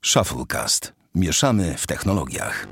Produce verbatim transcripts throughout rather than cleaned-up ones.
Shufflecast. Mieszamy w technologiach.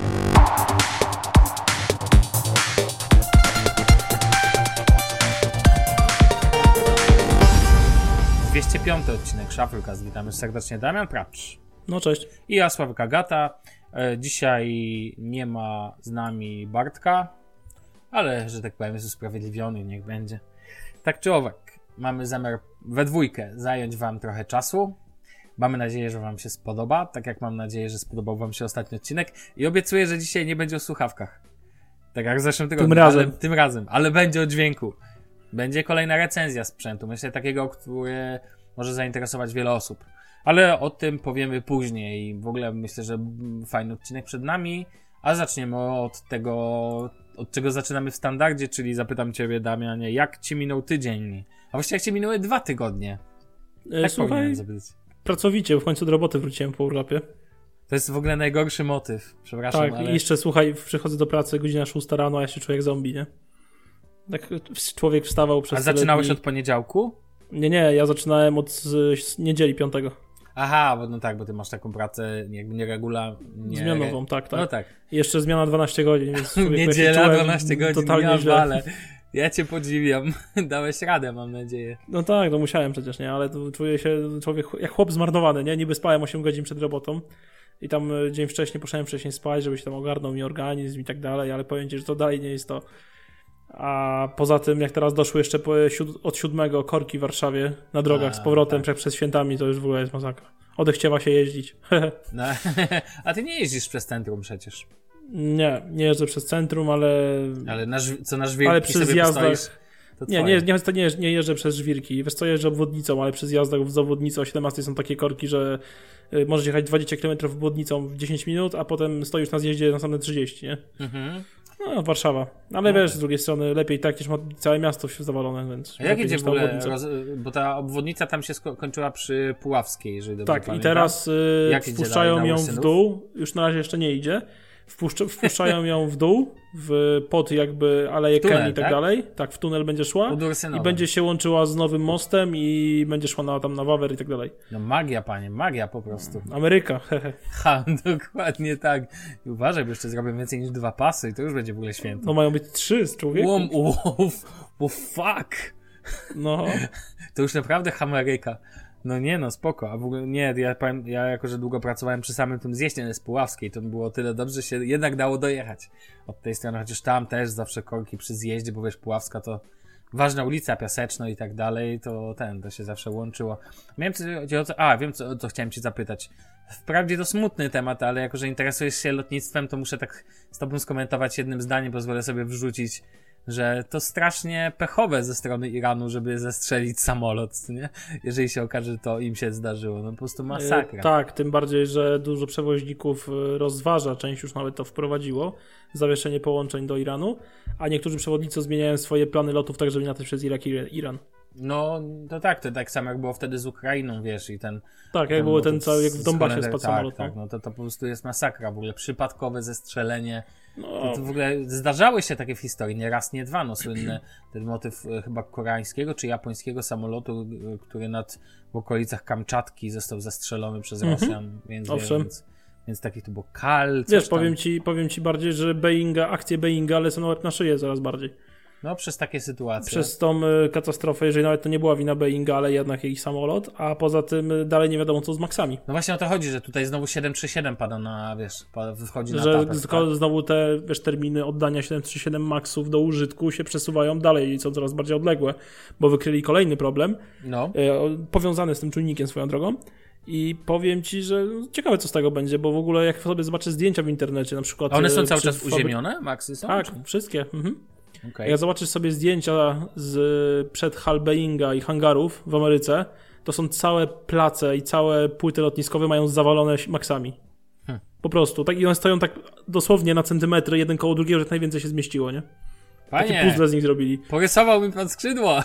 dwieście piąty odcinek Shufflecast. Witamy serdecznie, Damian Pracz. No cześć. I ja, Sławek Agata. Dzisiaj nie ma z nami Bartka, ale, że tak powiem, jest usprawiedliwiony, niech będzie. Tak czy owak, mamy zamiar we dwójkę zająć wam trochę czasu. Mamy nadzieję, że wam się spodoba, tak jak mam nadzieję, że spodobał wam się ostatni odcinek. I obiecuję, że dzisiaj nie będzie o słuchawkach. Tak jak w zeszłym tygodniu. Tym razem. Ale, tym razem, ale będzie o dźwięku. Będzie kolejna recenzja sprzętu. Myślę takiego, który może zainteresować wiele osób. Ale o tym powiemy później. W ogóle myślę, że fajny odcinek przed nami. A zaczniemy od tego, od czego zaczynamy w standardzie, czyli zapytam ciebie, Damianie, jak ci minął tydzień? A właściwie jak ci minęły dwa tygodnie? E, Tak słuchaj, pracowicie, w końcu do roboty wróciłem po urlopie. To jest w ogóle najgorszy motyw. Przepraszam, tak, ale... i jeszcze słuchaj, przychodzę do pracy, godzina szósta rano, a ja się czuję jak zombie, nie? Tak człowiek wstawał przez A zaczynałeś dni. od poniedziałku? Nie, nie, ja zaczynałem od z, z niedzieli piątego. Aha, bo no tak, bo ty masz taką pracę jakby nieregularnie. Zmianową, tak, tak. No tak. I jeszcze zmiana dwanaście godzin, więc Niedziela dwanaście godzin, totalnie ja źle. wale. Ja cię podziwiam. Dałeś radę, mam nadzieję. No tak, no musiałem przecież, nie? Ale tu czuję się człowiek jak chłop zmarnowany, nie? Niby spałem osiem godzin przed robotą i tam dzień wcześniej poszedłem wcześniej spać, żeby się tam ogarnął mi organizm i tak dalej, ale powiem ci, że to dalej nie jest to. A poza tym, jak teraz doszły jeszcze po siód- od siódmego korki w Warszawie na drogach A, z powrotem tak. przed świętami, to już w ogóle jest masakra. Odechciewa się jeździć. No, a ty nie jeździsz przez centrum przecież. Nie, nie jeżdżę przez centrum, ale... Ale na żw- co na żwirki ale przy sobie zjazdach... postoisz, to Nie, nie, nie, to nie, nie jeżdżę przez żwirki. Wiesz co, jeżdżę obwodnicą, ale przy zjazdach w obwodnicy o siedemnastej są takie korki, że y, możesz jechać dwadzieścia kilometrów obwodnicą w dziesięć minut, a potem stoisz na zjeździe następne trzydzieści, nie? Mhm. No, Warszawa. Ale No wiesz, tak. z drugiej strony lepiej tak, niż ma całe miasto się zawalone, więc... A jak lepiej idzie niż w ta ogóle, obwodnica. roz... bo ta obwodnica tam się sko- kończyła przy Puławskiej, jeżeli dobrze Tak, pamiętam. i teraz y, Jak idzie wpuszczają dalej na ją w Łysynów? dół, już na razie jeszcze nie idzie, Wpuszcz- wpuszczają ją w dół, w, pod jakby Aleję W tunel, Ken i tak, tak? dalej. Tak, w tunel będzie szła Pod Ursynowem. i będzie się łączyła z nowym mostem i będzie szła na, tam na Wawer i tak dalej. No magia, panie, magia po prostu. Ameryka, hehe. Ha, dokładnie tak. I uważaj, bo jeszcze zrobię więcej niż dwa pasy i to już będzie w ogóle święto. No mają być trzy z człowieku. Łom, uff, bo fuck. No, To już naprawdę Ameryka. No nie no, spoko, a w ogóle nie, ja, powiem, ja jako, że długo pracowałem przy samym tym zjeździe z Puławskiej, to było tyle dobrze, że się jednak dało dojechać od tej strony, chociaż tam też zawsze korki przy zjeździe, bo wiesz, Puławska to ważna ulica, Piaseczno i tak dalej, to ten, to się zawsze łączyło. Miałem co, co, a, wiem co, co chciałem cię zapytać. Wprawdzie to smutny temat, ale jako, że interesujesz się lotnictwem, to muszę tak z tobą skomentować jednym zdaniem, pozwolę sobie wrzucić, że to strasznie pechowe ze strony Iranu, żeby zestrzelić samolot, nie? Jeżeli się okaże, że to im się zdarzyło. No po prostu masakra. e, tak, tym bardziej, że dużo przewoźników e, rozważa, część już nawet to wprowadziło, zawieszenie połączeń do Iranu, a niektórzy przewodnicy zmieniają swoje plany lotów tak, żeby nie latać przez Irak i Iran. No, to tak, to tak samo jak było wtedy z Ukrainą, wiesz, i ten... Tak, jak ten było ten motyw cały, jak w z Donbasie Holender- spadł tak, samolot. Tak, no to, to po prostu jest masakra, w ogóle przypadkowe zestrzelenie. No, To, to w ogóle zdarzały się takie w historii, nie raz, nie dwa, no słynny ten motyw e, chyba koreańskiego czy japońskiego samolotu, e, który nad w okolicach Kamczatki został zastrzelony przez Mhm. Rosjan, więc, Owszem. więc, więc takich tu było Kal, coś wiesz, tam. powiem ci, powiem ci bardziej, że Boeinga, akcje Boeinga lecą na łeb na szyję coraz bardziej. No przez takie sytuacje. Przez tą y, katastrofę, jeżeli nawet to nie była wina Boeinga, ale jednak jej samolot, a poza tym y, dalej nie wiadomo co z Maxami. No właśnie o to chodzi, że tutaj znowu siedem trzy siedem pada na, wiesz, pada, wchodzi na Że tapet. zko- znowu te wiesz, terminy oddania siedem trzy siedem Maxów do użytku się przesuwają dalej i są coraz bardziej odległe, bo wykryli kolejny problem, No. y, powiązany z tym czujnikiem swoją drogą. I powiem ci, że ciekawe co z tego będzie, bo w ogóle jak sobie zobaczę zdjęcia w internecie, na przykład... A one są y, cały przy czas fabry- uziemione? Maxy są? Tak, Czy- wszystkie. Mhm. Okej. Jak zobaczysz sobie zdjęcia z przed hal Boeinga i hangarów w Ameryce, to są całe place i całe płyty lotniskowe mają zawalone Maxami. Hmm. Po prostu. Tak, i one stoją tak dosłownie na centymetry, jeden koło drugiego, że najwięcej się zmieściło, nie? Takie Panie, puzzle z nich zrobili. porysował mi pan skrzydła.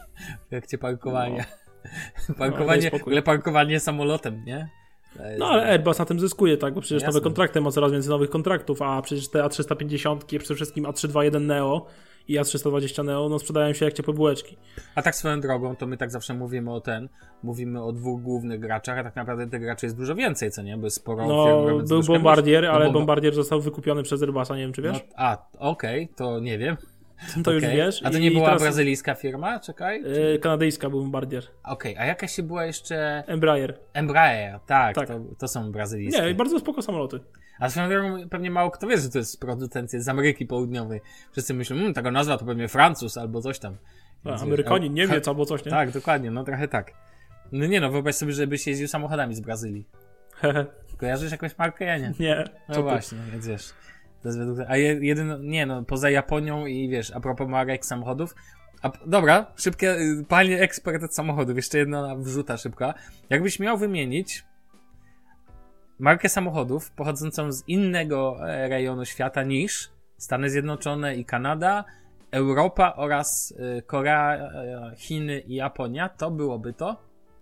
W trakcie parkowania. Parkowanie, daj w spokój. ogóle parkowanie samolotem, nie? To jest- No ale Airbus na tym zyskuje, tak, bo przecież Jasne. nowe kontrakty ma coraz więcej nowych kontraktów, a przecież te A trzysta pięćdziesiąt, przede wszystkim A trzysta dwadzieścia jeden Neo i A trzysta dwadzieścia Neo, no sprzedają się jak ciepłe bułeczki. A tak swoją drogą, to my tak zawsze mówimy o ten, mówimy o dwóch głównych graczach, a tak naprawdę tych graczy jest dużo więcej, co nie? Bo jest sporo No, firm, był Bombardier, no, ale bomba... Bombardier został wykupiony przez Airbusa, nie wiem czy wiesz? No, a, okej, okay, to nie wiem. To okay. już wiesz. A to nie I była teraz... brazylijska firma? Czekaj. Yy, kanadyjska był Bombardier. Okej, okay. A jakaś się była jeszcze... Embraer. Embraer, tak, tak. To, to są brazylijskie. Nie, bardzo spoko samoloty. A swoją drogą pewnie mało kto wie, że to jest producent z Ameryki Południowej. Wszyscy myślą, mmm, taka nazwa to pewnie Francuz albo coś tam. A, Amerykanin, wiesz, Niemiec albo coś, nie? Tak, dokładnie, no trochę tak. No nie no, wyobraź sobie, żebyś jeździł samochodami z Brazylii. Kojarzysz jakąś markę? Ja nie. Nie. No właśnie, więc wiesz. To jest według... A jedyno, nie no, poza Japonią i wiesz, a propos marek samochodów. A, dobra, szybkie, panie ekspert od samochodów, jeszcze jedna wrzuta szybka. Jakbyś miał wymienić markę samochodów pochodzącą z innego rejonu świata niż Stany Zjednoczone i Kanada, Europa oraz Korea, Chiny i Japonia, to byłoby to?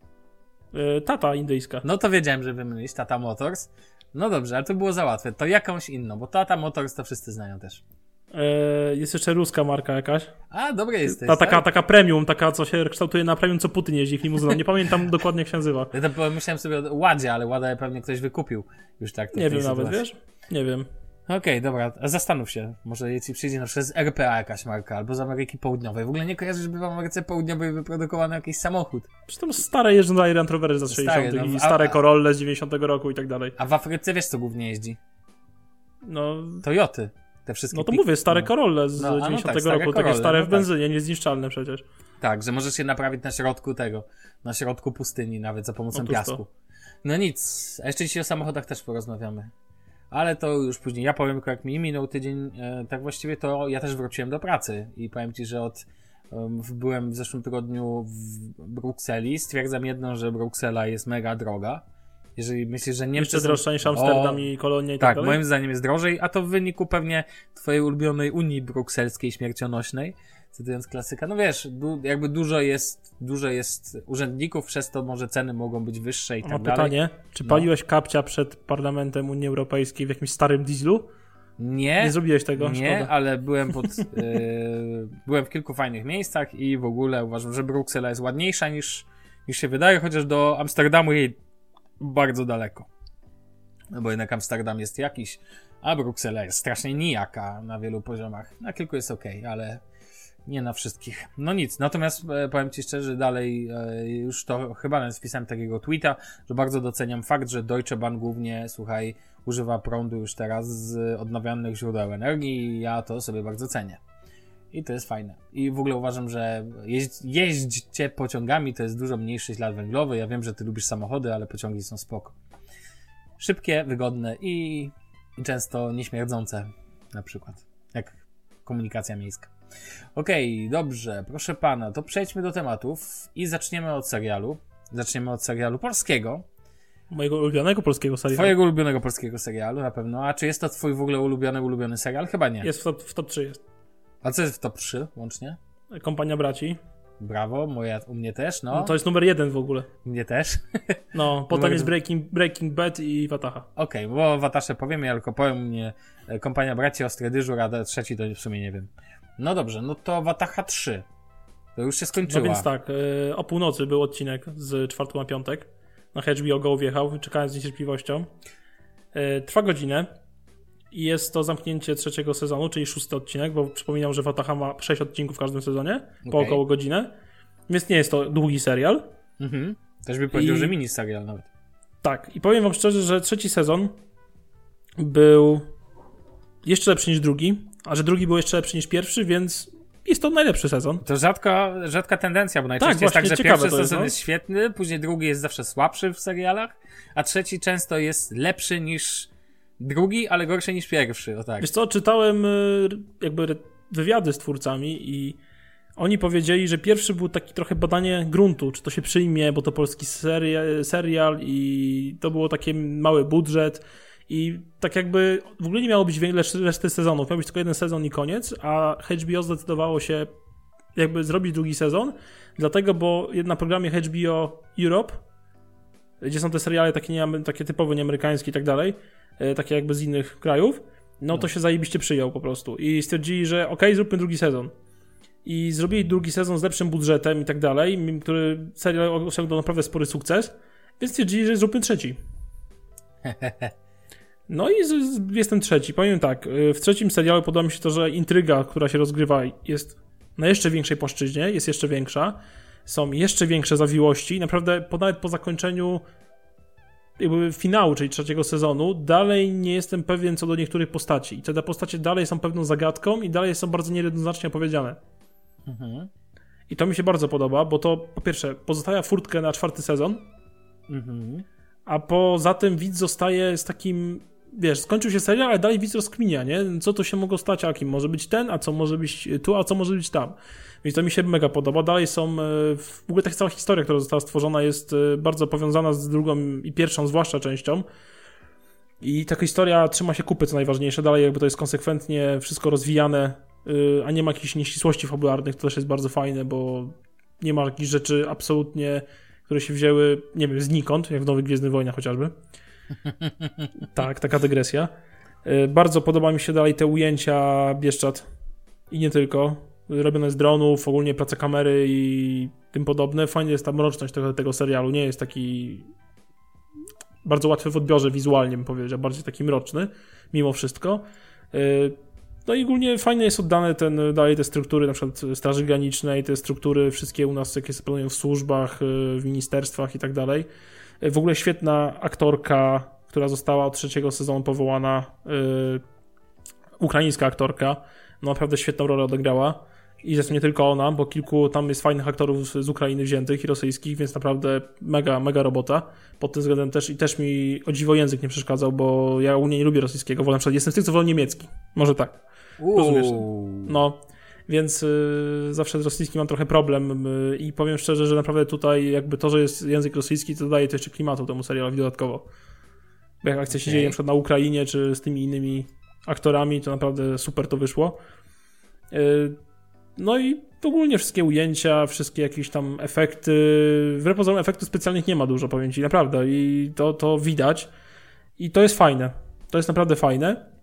Tata indyjska. No to wiedziałem, że wymienić Tata Motors. No dobrze, ale to było za łatwe. To jakąś inną, bo Tata Motors to wszyscy znają też. Jest jeszcze ruska marka jakaś. A, dobra jesteś. Ta taka, tak? taka premium, taka co się kształtuje na premium, co Putin jeździ w limuzyną. Nie pamiętam dokładnie jak się nazywa. Ja to myślałem sobie o Ładzie, ale Ładę pewnie ktoś wykupił. Już tak. To nie wiem sytuacji. nawet, wiesz? Nie wiem. Okej, okay, dobra, zastanów się. Może ci przyjdzie na przykład z R P A jakaś marka, albo z Ameryki Południowej. W ogóle nie kojarzysz, żeby w Ameryce Południowej wyprodukowano jakiś samochód. Przecież tam stare jeżdżą dalej Land Rovery za sześćdziesiątych Stare, no, i stare a, Corolle z dziewięćdziesiątego roku i tak dalej. A w Afryce wiesz, co głównie jeździ? No... Toyoty. Te wszystkie no to pik- mówię, stare no. Corolle z no, no dziewięćdziesiątego tak, roku, Corolle, takie stare no w benzynie, niezniszczalne przecież. Tak, że możesz się naprawić na środku tego, na środku pustyni nawet za pomocą Otóż piasku. To. No nic, a jeszcze dzisiaj o samochodach też porozmawiamy. Ale to już później. Ja powiem, jak mi minął tydzień, e, tak właściwie to ja też wróciłem do pracy i powiem ci, że od um, byłem w zeszłym tygodniu w Brukseli. Stwierdzam jedno, że Bruksela jest mega droga. Jeżeli myślisz, że Niemcy Jeszcze są... droższa niż Amsterdam o, i Kolonia i tak, tak dalej? moim zdaniem jest drożej, a to w wyniku pewnie twojej ulubionej Unii Brukselskiej śmiercionośnej, cytując klasyka. No wiesz, du, jakby dużo jest dużo jest urzędników, przez to może ceny mogą być wyższe i tak Mam dalej. pytanie, czy no. paliłeś kapcia przed Parlamentem Unii Europejskiej w jakimś starym dieslu? Nie. Nie zrobiłeś tego? Nie, Szkoda. ale byłem pod yy, byłem w kilku fajnych miejscach i w ogóle uważam, że Bruksela jest ładniejsza niż, niż się wydaje, chociaż do Amsterdamu jej bardzo daleko. No bo jednak Amsterdam jest jakiś, a Bruksela jest strasznie nijaka na wielu poziomach. Na kilku jest okej, okay, ale nie na wszystkich. No nic, natomiast e, powiem ci szczerze, dalej e, już to chyba nawet wpisałem takiego tweeta, że bardzo doceniam fakt, że Deutsche Bahn głównie, słuchaj, używa prądu już teraz z odnawialnych źródeł energii i ja to sobie bardzo cenię. I to jest fajne. I w ogóle uważam, że jeźdź, jeźdźcie pociągami to jest dużo mniejszy ślad węglowy. Ja wiem, że ty lubisz samochody, ale pociągi są spoko. Szybkie, wygodne i, i często nieśmierdzące na przykład. Jak komunikacja miejska. Okej, okay, dobrze, proszę pana, to przejdźmy do tematów i zaczniemy od serialu. Zaczniemy od serialu polskiego. Mojego ulubionego polskiego serialu. Twojego ulubionego polskiego serialu na pewno. A czy jest to twój w ogóle ulubiony, ulubiony serial? Chyba nie. Jest w top, w top trzy jest. A co jest w top trzy łącznie? Kompania Braci. Brawo, moja, u mnie też, no. no. To jest numer jeden w ogóle. U mnie też. No, potem jest Breaking, Breaking Bad i Wataha. Okej, okay, bo Watasze powiemy, tylko powiem mnie Kompania Braci, Ostry Dyżur, a trzeci to w sumie nie wiem. No dobrze, no to Wataha trzy. To już się skończyła. No więc tak, o północy był odcinek z czwartku na piątek. Na H B O Go wjechał, czekałem z niecierpliwością. Trwa godzinę. I jest to zamknięcie trzeciego sezonu, czyli szósty odcinek, bo przypominam, że Wataha ma sześć odcinków w każdym sezonie, okay. po około godzinę. Więc nie jest to długi serial. Mhm. Też by powiedział, I... że mini serial nawet. Tak. I powiem wam szczerze, że trzeci sezon był jeszcze lepszy niż drugi, a że drugi był jeszcze lepszy niż pierwszy, więc jest to najlepszy sezon. To rzadka, rzadka tendencja, bo najczęściej tak, jest tak, że pierwszy jest, sezon no? jest świetny, później drugi jest zawsze słabszy w serialach, a trzeci często jest lepszy niż drugi, ale gorszy niż pierwszy, o tak. Wiesz co, czytałem jakby wywiady z twórcami i oni powiedzieli, że pierwszy był taki trochę badanie gruntu, czy to się przyjmie, bo to polski seria, serial i to było taki mały budżet i tak jakby w ogóle nie miało być reszty sezonów, miał być tylko jeden sezon i koniec, a H B O zdecydowało się jakby zrobić drugi sezon, dlatego, bo na programie H B O Europe, gdzie są te seriale takie, nie, takie typowe nieamerykańskie i tak dalej, takie jakby z innych krajów, no to się zajebiście przyjął po prostu. I stwierdzili, że okej, okay, zróbmy drugi sezon. I zrobili drugi sezon z lepszym budżetem i tak dalej, który serial osiągnął naprawdę spory sukces, więc stwierdzili, że zróbmy trzeci. No i z, z, jestem trzeci. Powiem tak, w trzecim serialu podoba mi się to, że intryga, która się rozgrywa, jest na jeszcze większej płaszczyźnie, jest jeszcze większa, są jeszcze większe zawiłości. Naprawdę nawet po zakończeniu jakby finału, czyli trzeciego sezonu, dalej nie jestem pewien co do niektórych postaci. I te postacie dalej są pewną zagadką i dalej są bardzo niejednoznacznie opowiedziane. Mhm. I to mi się bardzo podoba, bo to po pierwsze pozostawia furtkę na czwarty sezon, mhm. a poza tym widz zostaje z takim, wiesz, skończył się serial, ale dalej widz rozkminia, nie? Co to się mogło stać, a kim może być ten, a co może być tu, a co może być tam. Więc to mi się mega podoba. Dalej są, w ogóle ta cała historia, która została stworzona, jest bardzo powiązana z drugą i pierwszą zwłaszcza częścią. I ta historia trzyma się kupy, co najważniejsze. Dalej jakby to jest konsekwentnie wszystko rozwijane, a nie ma jakichś nieścisłości fabularnych, to też jest bardzo fajne, bo nie ma jakichś rzeczy absolutnie, które się wzięły, nie wiem, znikąd, jak w Nowych Gwiezdnych Wojnach chociażby. Tak, taka dygresja. Bardzo podoba mi się dalej te ujęcia Bieszczad i nie tylko. Robione z dronów, ogólnie praca kamery i tym podobne. Fajnie jest ta mroczność tego, tego serialu. Nie jest taki bardzo łatwy w odbiorze wizualnie, bym powiedział, bardziej taki mroczny, mimo wszystko. No i ogólnie fajnie jest oddane ten, dalej te struktury, na przykład Straży Granicznej, te struktury wszystkie u nas, jakie planują w służbach, w ministerstwach i tak dalej. W ogóle świetna aktorka, która została od trzeciego sezonu powołana, yy, ukraińska aktorka, no naprawdę świetną rolę odegrała. I zresztą nie tylko ona, bo kilku tam jest fajnych aktorów z, z Ukrainy wziętych i rosyjskich, więc naprawdę mega, mega robota pod tym względem też. I też mi o dziwo język nie przeszkadzał, bo ja ogólnie nie lubię rosyjskiego, bo na przykład jestem z tych, co wolą niemiecki. Może tak. Uuu. Rozumiesz? No, więc y, zawsze z rosyjskim mam trochę problem y, i powiem szczerze, że naprawdę tutaj jakby to, że jest język rosyjski, to dodaje to jeszcze klimatu temu serialowi dodatkowo. Bo jak akcja się okay. dzieje na przykład na Ukrainie, czy z tymi innymi aktorami, to naprawdę super to wyszło. Y, no i ogólnie wszystkie ujęcia, wszystkie jakieś tam efekty, wbrew pozorom efektów specjalnych nie ma dużo, powiem ci, naprawdę. I to, to widać. I to jest fajne. To jest naprawdę fajne.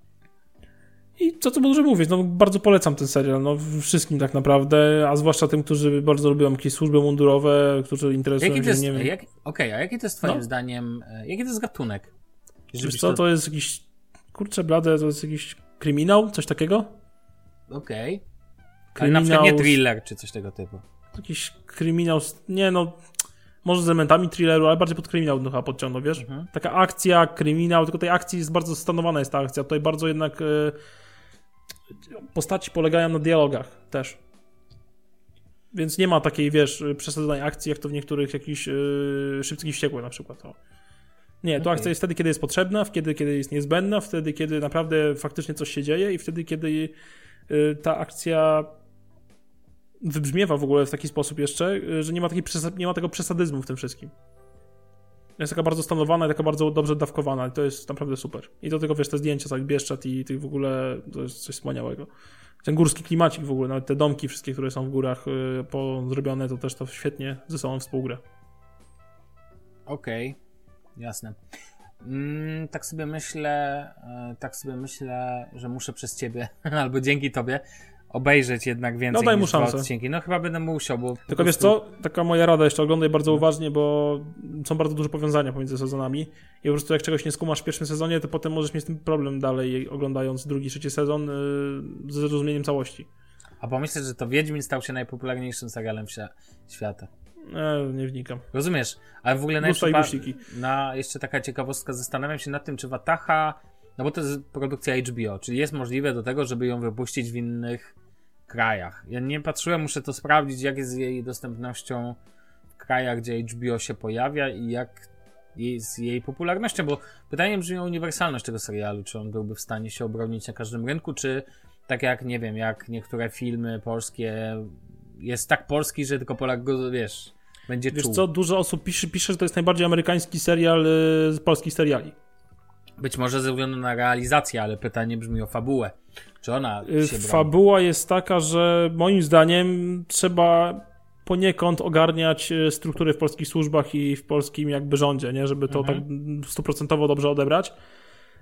I co tu dużo mówić, no bardzo polecam ten serial, no wszystkim tak naprawdę, a zwłaszcza tym, którzy bardzo lubią jakieś służby mundurowe, którzy interesują jaki się, jest, nie wiem... jak, Okej, okay, a jaki to jest twoim no? zdaniem, jaki to jest gatunek? Wiesz co, to... to jest jakiś, kurczę blade, to jest jakiś kryminał, coś takiego? Okej. Okay. Ale na przykład nie thriller, czy coś tego typu. Jakiś kryminał, nie no, może z elementami thrilleru, ale bardziej pod kryminał chyba podciągnął, wiesz? Mhm. Taka akcja, kryminał, tylko tej akcji jest bardzo stanowana jest ta akcja, tutaj bardzo jednak... Yy, postaci polegają na dialogach też. Więc nie ma takiej, wiesz, przesadzonej akcji, jak to w niektórych jakichś yy, Szybkich i Wściekłych na przykład. O. Nie, to okay. Akcja jest wtedy, kiedy jest potrzebna, wtedy, kiedy jest niezbędna, wtedy, kiedy naprawdę faktycznie coś się dzieje i wtedy, kiedy yy, ta akcja wybrzmiewa w ogóle w taki sposób jeszcze, yy, że nie ma, takiej przesad- nie ma tego przesadyzmu w tym wszystkim. Jest taka bardzo stanowana i taka bardzo dobrze dawkowana i to jest naprawdę super. I do tego, wiesz, te zdjęcia całych Bieszczad i tych w ogóle, to jest coś wspaniałego. Ten górski klimacik w ogóle, nawet te domki wszystkie, które są w górach yy, po, zrobione, to też to świetnie ze sobą współgra. Okej, okay. Jasne. Mm, tak sobie myślę, yy, tak sobie myślę, że muszę przez ciebie, albo dzięki tobie, obejrzeć jednak więcej no, daj mu niż dwa szansę. odcinki. No chyba będę musiał, bo... Tylko wiesz co, taka moja rada jeszcze, oglądaj bardzo uważnie, bo są bardzo duże powiązania pomiędzy sezonami i po prostu jak czegoś nie skumasz w pierwszym sezonie, to potem możesz mieć z tym problem dalej, oglądając drugi, trzeci sezon yy, ze zrozumieniem całości. A pomyśleć, że to Wiedźmin stał się najpopularniejszym serialem wsi- świata. Nie, nie wnikam. Rozumiesz? Ale w ogóle na, na jeszcze taka ciekawostka, zastanawiam się nad tym, czy Wataha, no bo to jest produkcja H B O, czyli jest możliwe do tego, żeby ją wypuścić w innych krajach. Ja nie patrzyłem, muszę to sprawdzić, jak jest z jej dostępnością w krajach, gdzie H B O się pojawia i jak jest z jej popularnością, bo pytanie brzmi o uniwersalność tego serialu, czy on byłby w stanie się obronić na każdym rynku, czy tak jak, nie wiem, jak niektóre filmy polskie jest tak polski, że tylko Polak go, wiesz, będzie wiesz czuł. Wiesz co, dużo osób pisze, pisze, że to jest najbardziej amerykański serial y, z polskich seriali. Być może ze względu na realizację, ale pytanie brzmi o fabułę. Czy ona się broni? Fabuła jest taka, że moim zdaniem trzeba poniekąd ogarniać struktury w polskich służbach i w polskim jakby rządzie, nie? Żeby to mhm. tak stuprocentowo dobrze odebrać.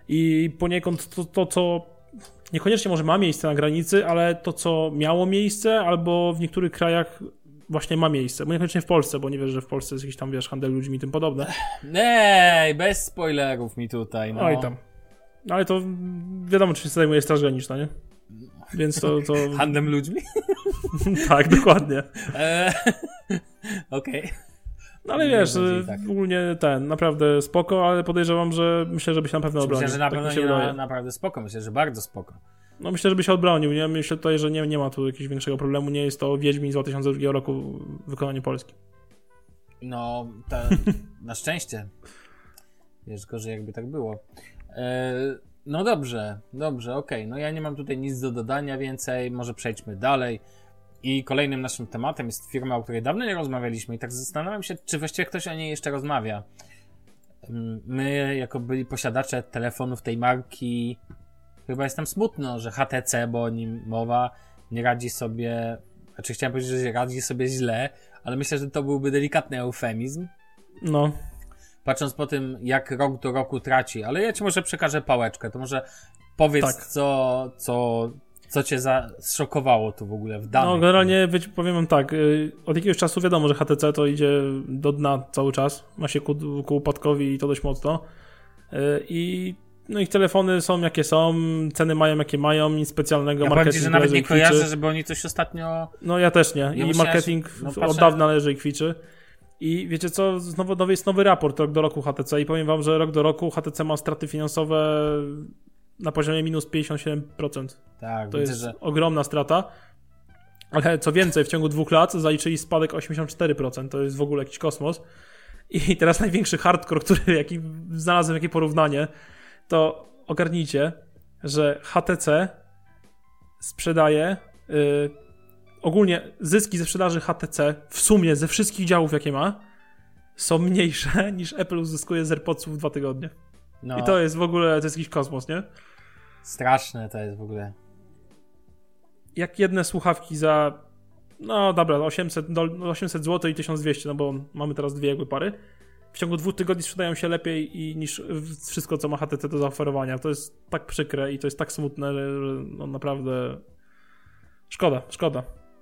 i poniekąd to, to co niekoniecznie może ma miejsce na granicy, ale to, co miało miejsce, albo w niektórych krajach właśnie ma miejsce, bo niekoniecznie w Polsce, bo nie wiesz, że w Polsce jest jakiś tam, wiesz, handel ludźmi i tym podobne. Ej, bez spoilerów mi tutaj, no. Oj tam. Ale to wiadomo, czy się zajmuje Straż Graniczna, nie? Więc to... to... Handlem ludźmi? Tak, dokładnie. Eee, Okej. Okay. No ale wiesz, tak. ogólnie ten, naprawdę spoko, ale podejrzewam, że myślę, żeby się na pewno obronił. Myślę, że na tak pewno nie na, naprawdę spoko, myślę, że bardzo spoko. No myślę, żeby się odbronił, nie? Myślę tutaj, że nie, nie ma tu jakiegoś większego problemu, nie jest to Wiedźmin z dwa tysiące drugiego roku w wykonaniu polskim. No, ta, na szczęście. Wiesz, gorzej jakby tak było. E, no dobrze, dobrze, okej. Okay. No ja nie mam tutaj nic do dodania więcej, może przejdźmy dalej. I kolejnym naszym tematem jest firma, o której dawno nie rozmawialiśmy i tak zastanawiam się, czy właściwie ktoś o niej jeszcze rozmawia. My, jako byli posiadacze telefonów tej marki, chyba jest nam smutno, że H T C, bo o nim mowa, nie radzi sobie, znaczy chciałem powiedzieć, że radzi sobie źle, ale myślę, że to byłby delikatny eufemizm. No. Patrząc po tym, jak rok do roku traci, ale ja ci może przekażę pałeczkę, to może powiedz, tak. co, co, co cię zaszokowało tu w ogóle w danych. No generalnie powiem wam tak, od jakiegoś czasu wiadomo, że H T C to idzie do dna cały czas, ma się ku, ku upadkowi i to dość mocno i no ich telefony są jakie są, ceny mają jakie mają, nic specjalnego, ja marketing powiem ci, że nawet nie leży i kwiczy. kojarzę, żeby oni coś ostatnio... No ja też nie ja i myślałem, marketing no, od patrzę... dawna leży i kwiczy. I wiecie co, znowu jest nowy raport rok do roku H T C i powiem wam, że rok do roku H T C ma straty finansowe na poziomie minus pięćdziesiąt siedem procent. Tak, to widzę, jest że... ogromna strata. Ale co więcej, w ciągu dwóch lat zaliczyli spadek osiemdziesiąt cztery procent. To jest w ogóle jakiś kosmos. I teraz największy hardcore, który jaki znalazłem, jakie porównanie, to ogarnijcie, że H T C sprzedaje yy, ogólnie zyski ze sprzedaży H T C w sumie ze wszystkich działów, jakie ma, są mniejsze niż Apple uzyskuje z AirPodsów w dwa tygodnie. No. I to jest w ogóle, to jest jakiś kosmos, nie? Straszne to jest w ogóle. Jak jedne słuchawki za, no dobra, osiemset, osiemset złotych i tysiąc dwieście, no bo mamy teraz dwie jakby pary, w ciągu dwóch tygodni sprzedają się lepiej i niż wszystko, co ma H T C do zaoferowania. To jest tak przykre i to jest tak smutne, że, że no naprawdę szkoda, szkoda.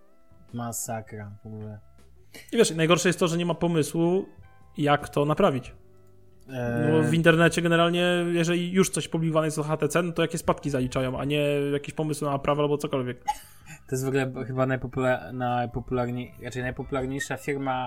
Masakra w ogóle. I wiesz, najgorsze jest to, że nie ma pomysłu, jak to naprawić. Eee... No, w internecie generalnie, jeżeli już coś publikowane jest o H T C, no to jakie spadki zaliczają, a nie jakiś pomysł na naprawę albo cokolwiek. To jest w ogóle chyba najpopular... najpopularniej... raczej najpopularniejsza firma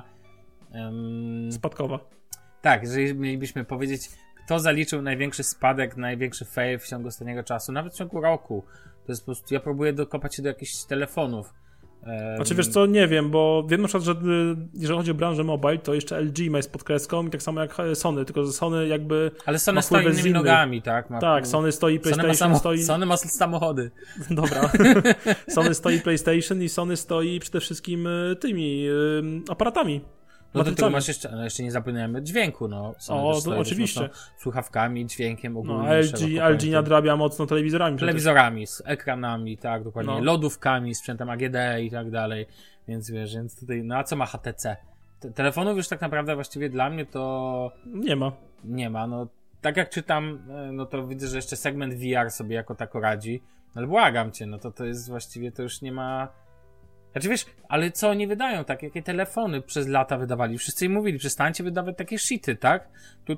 um... spadkowa. Tak, jeżeli mielibyśmy powiedzieć, kto zaliczył największy spadek, największy fail w ciągu ostatniego czasu, nawet w ciągu roku. To jest po prostu, ja próbuję dokopać się do jakichś telefonów. Znaczy wiesz co, nie wiem, bo wiem na przykład, że jeżeli chodzi o branżę mobile, to jeszcze L G ma jest pod kreską i tak samo jak Sony, tylko że Sony jakby... Ale Sony stoi innymi nogami, tak? Ma... Tak, Sony stoi, PlayStation Sony ma, samo... stoi... Sony ma samochody. Dobra. Sony stoi PlayStation i Sony stoi przede wszystkim tymi aparatami. No to ty masz jeszcze, no jeszcze nie zapomniałem dźwięku, no. Sony o, to oczywiście. Słuchawkami, dźwiękiem ogólnie. No, L G, L G nadrabia mocno telewizorami. Telewizorami, z ekranami, tak, dokładnie. No. Lodówkami, sprzętem A G D i tak dalej. Więc wiesz, więc tutaj, no a co ma H T C? Te, telefonów już tak naprawdę właściwie dla mnie to... Nie ma. Nie ma, no. Tak jak czytam, no to widzę, że jeszcze segment V R sobie jako tako radzi. Ale błagam cię, no to to jest właściwie, to już nie ma... Znaczy wiesz, ale co oni wydają, tak? Jakie telefony przez lata wydawali? Wszyscy im mówili, przestańcie wydawać takie shity, tak? Tu,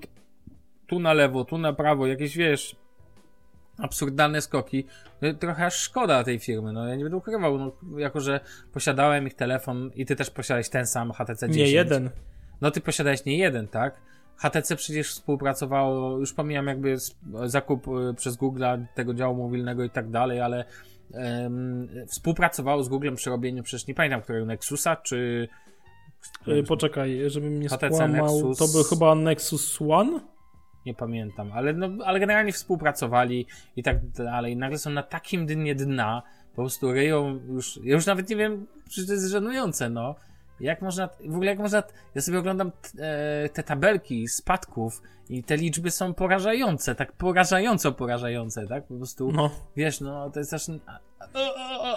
tu na lewo, tu na prawo, jakieś wiesz, absurdalne skoki. Trochę aż szkoda tej firmy, no ja nie będę ukrywał, no, jako że posiadałem ich telefon i ty też posiadałeś ten sam H T C dziesięć. Nie jeden. No ty posiadałeś nie jeden, tak? H T C przecież współpracowało, już pomijam jakby zakup przez Google'a tego działu mobilnego i tak dalej, ale Um, współpracowało z Googlem przy robieniu, przecież nie pamiętam którego, Nexusa, czy... Yy, poczekaj, żebym mnie H T C skłamał, Nexus... to był chyba Nexus One? Nie pamiętam, ale, no, ale generalnie współpracowali i tak dalej. Nagle są na takim dnie dna, po prostu ryją już... Ja już nawet nie wiem, czy to jest żenujące, no. Jak można... W ogóle jak można... Ja sobie oglądam te, te tabelki spadków i te liczby są porażające, tak porażająco porażające, tak? Po prostu, no. Wiesz, no to jest aż...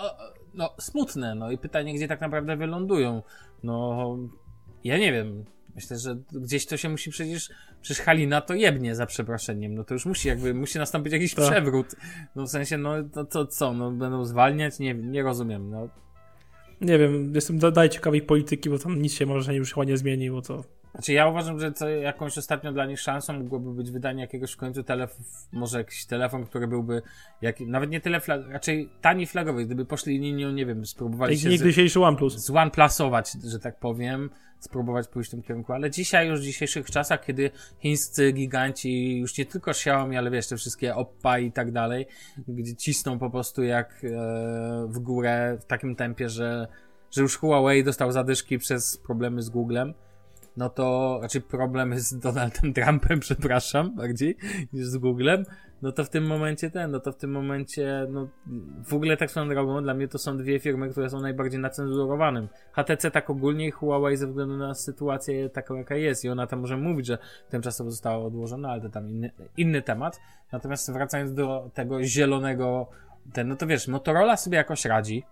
No, smutne, no i pytanie, gdzie tak naprawdę wylądują. No, ja nie wiem. Myślę, że gdzieś to się musi przecież, przecież Halina to jebnie za przeproszeniem, no to już musi jakby, musi nastąpić jakiś tak. przewrót, no w sensie, no to, to co, no będą zwalniać? Nie nie rozumiem, no. Nie wiem, jestem dalej ciekawej polityki, bo tam nic się może już chyba nie zmieni, bo co... Znaczy ja uważam, że co, jakąś ostatnią dla nich szansą mogłoby być wydanie jakiegoś w końcu telefonu, może jakiś telefon, który byłby, jak, nawet nie tyle, flag, raczej tani flagowy, gdyby poszli linią, nie wiem, spróbowali się niegdysiejszy OnePlus. z OnePlusować, że tak powiem, spróbować pójść w tym kierunku, ale dzisiaj już w dzisiejszych czasach, kiedy chińscy giganci, już nie tylko Xiaomi, ale wiesz, te wszystkie Oppa i tak dalej, gdzie cisną po prostu jak e, w górę w takim tempie, że, że już Huawei dostał zadyszki przez problemy z Googlem, no to, znaczy problemy z Donaldem Trumpem, przepraszam, bardziej niż z Googlem, no to w tym momencie ten, no to w tym momencie, no w ogóle tak swoją drogą, dla mnie to są dwie firmy, które są najbardziej nacenzurowanym. H T C tak ogólnie i Huawei ze względu na sytuację taką, jaka jest i ona tam może mówić, że tymczasowo została odłożona, ale to tam inny, inny temat. Natomiast wracając do tego zielonego, ten, no to wiesz, Motorola sobie jakoś radzi.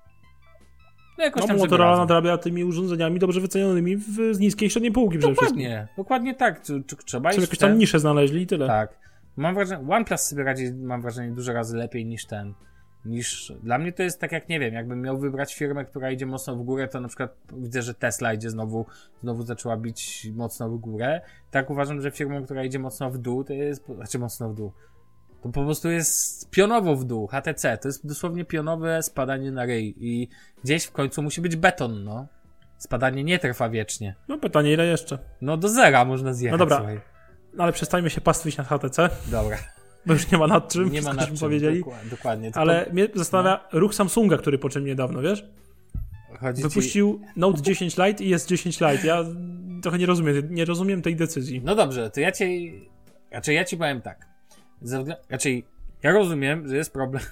No, jakoś no tam Motorola nadrabia tymi urządzeniami dobrze wycenionymi w, z niskiej średniej półki przede wszystkim. Dokładnie, dokładnie tak. Czy, czy trzeba Czy iść jakieś ten... tam nisze znaleźli i tyle. Tak. Mam wrażenie, OnePlus sobie radzi, mam wrażenie, dużo razy lepiej niż ten. Niż... Dla mnie to jest tak jak, nie wiem, jakbym miał wybrać firmę, która idzie mocno w górę, to na przykład widzę, że Tesla idzie znowu, znowu zaczęła bić mocno w górę. Tak uważam, że firmą, która idzie mocno w dół, to jest, znaczy mocno w dół. To po prostu jest pionowo w dół, H T C. To jest dosłownie pionowe spadanie na ryj i gdzieś w końcu musi być beton, no. Spadanie nie trwa wiecznie. No pytanie, ile jeszcze? No do zera można zjechać. No dobra, słuchaj. no, ale przestańmy się pastwić nad H T C. Dobra. Bo już nie ma nad czym, Nie ma nad czym, powiedzieli. Dokładnie. dokładnie tylko... Ale mnie zastanawia no. ruch Samsunga, który począł niedawno, wiesz? Chodzi Wypuścił ci... Note dziesięć Lite i S dziesięć Lite. Ja trochę nie rozumiem, nie rozumiem tej decyzji. No dobrze, to ja ci... Raczej ja ci powiem tak. Zawgle... Raczej ja rozumiem, że jest problem.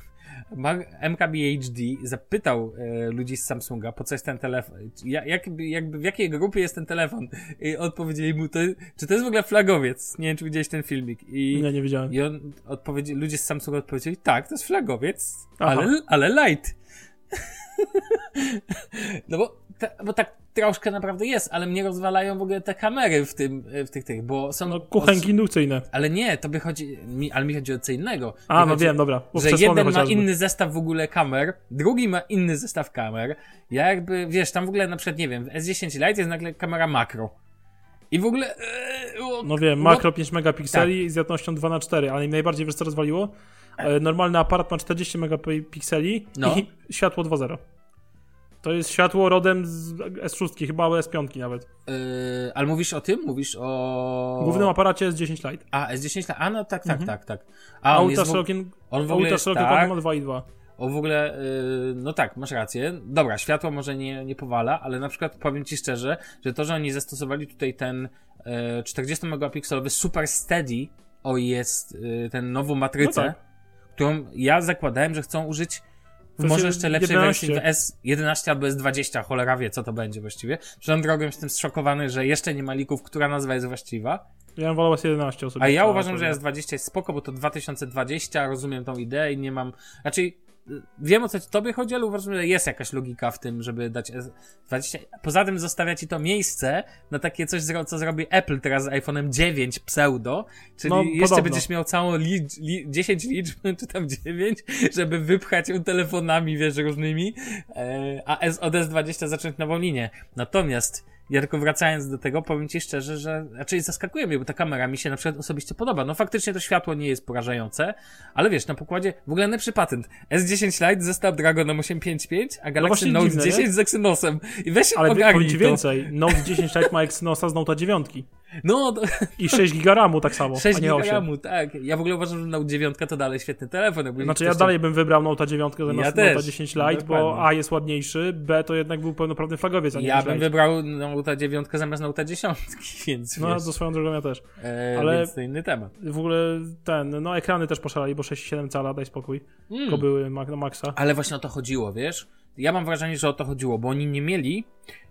M K B H D zapytał e, ludzi z Samsunga, po co jest ten telefon, ja, jakby, jakby w jakiej grupie jest ten telefon i odpowiedzieli mu, to, czy to jest w ogóle flagowiec, nie wiem czy widziałeś ten filmik i, nie, nie widziałem. I on odpowiedzi, ludzie z Samsunga odpowiedzieli, tak, to jest flagowiec, ale, ale light. No bo, ta, bo tak troszkę naprawdę jest, ale mnie rozwalają w ogóle te kamery w tym, w tych, tych, bo są... No kuchenki os... indukcyjne. Ale nie, to by chodzi, mi, ale mi chodzi o co innego. A, mi no chodzi, wiem, dobra. Bo że jeden chociażby. ma inny zestaw w ogóle kamer, drugi ma inny zestaw kamer. Ja jakby, wiesz, tam w ogóle na przykład, nie wiem, w S dziesięć Lite jest nagle kamera makro. I w ogóle... Ee, o, no wiem, makro no, pięć megapikseli tak. z jasnością dwa na cztery, ale najbardziej, wiesz co rozwaliło? E, normalny aparat ma czterdzieści megapikseli no. i światło dwa zero. To jest światło rodem z S sześć, chyba S pięć nawet. Yy, ale mówisz o tym? Mówisz o... W głównym aparacie S dziesięć Lite. A, S dziesięć Lite, a no tak, tak, mhm. tak, tak. A, a on ultra szerokim, on w ogóle jest, tak, ma dwa i dwa. O w ogóle, yy, no tak, masz rację. Dobra, światło może nie, nie powala, ale na przykład powiem ci szczerze, że to, że oni zastosowali tutaj ten yy, czterdzieści megapikselowy Super Steady, o jest yy, ten nową matrycę, no tak. którą ja zakładałem, że chcą użyć w może jeszcze lepszej jedenaście. Wersji w S jedenaście albo S dwadzieścia, cholera wie, co to będzie właściwie. Przed drogą jestem zszokowany, że jeszcze nie ma lików, która nazwa jest właściwa. Ja bym wolał S jedenaście osobiście. A ja uważam, że S dwadzieścia jest spoko, bo to dwa tysiące dwadzieścia, rozumiem tą ideę i nie mam... Raczej wiem, o co tobie chodzi, ale uważam, że jest jakaś logika w tym, żeby dać S dwadzieścia. Poza tym zostawia ci to miejsce na takie coś, co zrobi Apple teraz z iPhone'em dziewięć pseudo, czyli no, jeszcze podobno. będziesz miał całą li li dziesięć liczb, czy tam dziewięć, żeby wypchać ją telefonami, wiesz, różnymi, e, a S od S dwadzieścia zacząć nową linię. Natomiast ja tylko wracając do tego, powiem ci szczerze, że raczej zaskakuje mnie, bo ta kamera mi się na przykład osobiście podoba. No faktycznie to światło nie jest porażające, ale wiesz, na pokładzie w ogóle lepszy patent. S dziesięć Lite ze Snapdragonem osiemset pięćdziesiąt pięć, a Galaxy no Note dziwne, dziesięć nie? z Exynosem. I weź się ale ogarnij to. więcej, Note dziesięć Lite ma Exynosa z Note dziewięć. No, to... I sześć giga ramu tak samo, sześć a nie giga osiem. ramu, tak. Ja w ogóle uważam, że Note dziewięć to dalej świetny telefon. Jakby znaczy ja dalej bym wybrał Note dziewięć zamiast ja Note dziesięć Lite, dokładnie. Bo A jest ładniejszy, B to jednak był pełnoprawny flagowiec, a nie ja bym Lite. Wybrał Note dziewięć zamiast Note dziesięć, więc no, wiesz, to swoją drogą ja też. E, ale więc to inny temat. W ogóle ten, no ekrany też poszalali, bo sześć przecinek siedem cala, daj spokój. Mm. Tylko były na maksa. Ale właśnie o to chodziło, wiesz? Ja mam wrażenie, że o to chodziło, bo oni nie mieli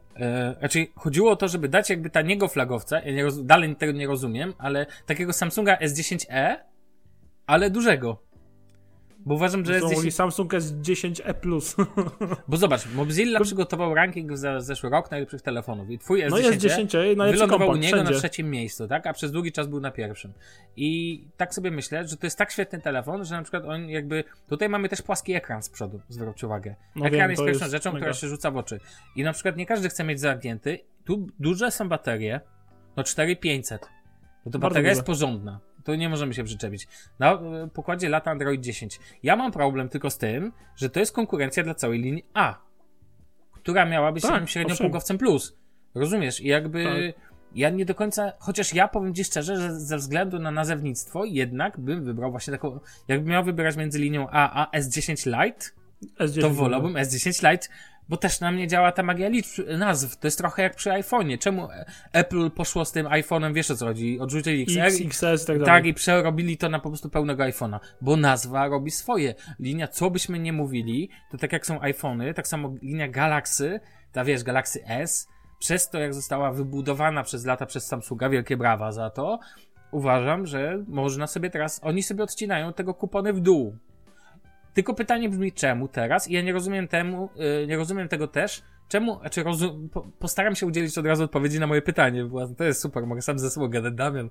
E, raczej chodziło o to, żeby dać jakby taniego flagowca, ja nie roz, dalej tego nie rozumiem, ale takiego Samsunga S dziesięć e, ale dużego. Bo uważam, że To S dziesięć... mówi Samsung S dziesięć e plus. Bo zobacz, Mozilla przygotował ranking za zeszły rok najlepszych telefonów i twój S dziesięć, no S dziesięć e wylądował u kompakt, niego wszędzie. na trzecim miejscu, tak? A przez długi czas był na pierwszym. I tak sobie myślę, że to jest tak świetny telefon, że na przykład on jakby... Tutaj mamy też płaski ekran z przodu, zwróć uwagę. No ekran wiem, jest to pierwszą jest rzeczą, mega. która się rzuca w oczy. I na przykład nie każdy chce mieć zagięty. Tu duże są baterie, no cztery tysiące pięćset. No to Bardzo bateria duże. jest porządna. To nie możemy się przyczepić. Na e, pokładzie lata Android dziesięć. Ja mam problem tylko z tym, że to jest konkurencja dla całej linii A, która miała być Tak, takim średniopługowcem plus. Rozumiesz? I jakby Tak. ja nie do końca, chociaż ja powiem ci szczerze, że ze względu na nazewnictwo jednak bym wybrał właśnie taką, jakbym miał wybierać między linią A a S dziesięć Lite, S dziesięć to wolałbym S dziesięć Lite, bo też na mnie działa ta magia liczb, nazw. To jest trochę jak przy iPhone'ie. Czemu Apple poszło z tym iPhone'em, wiesz o co chodzi? Odrzucili X R, X, X S i tak dalej. tak, i przerobili to na po prostu pełnego iPhone'a, bo nazwa robi swoje. Linia, co byśmy nie mówili, to tak jak są iPhone'y, tak samo linia Galaxy, ta wiesz, Galaxy S, przez to jak została wybudowana przez lata przez Samsunga, wielkie brawa za to, uważam, że można sobie teraz, oni sobie odcinają tego kupony w dół. Tylko pytanie brzmi, czemu teraz? I ja nie rozumiem temu, yy, nie rozumiem tego też, czemu, znaczy rozum, po, postaram się udzielić od razu odpowiedzi na moje pytanie, bo to jest super, mogę sam ze sobą gadać, Damian.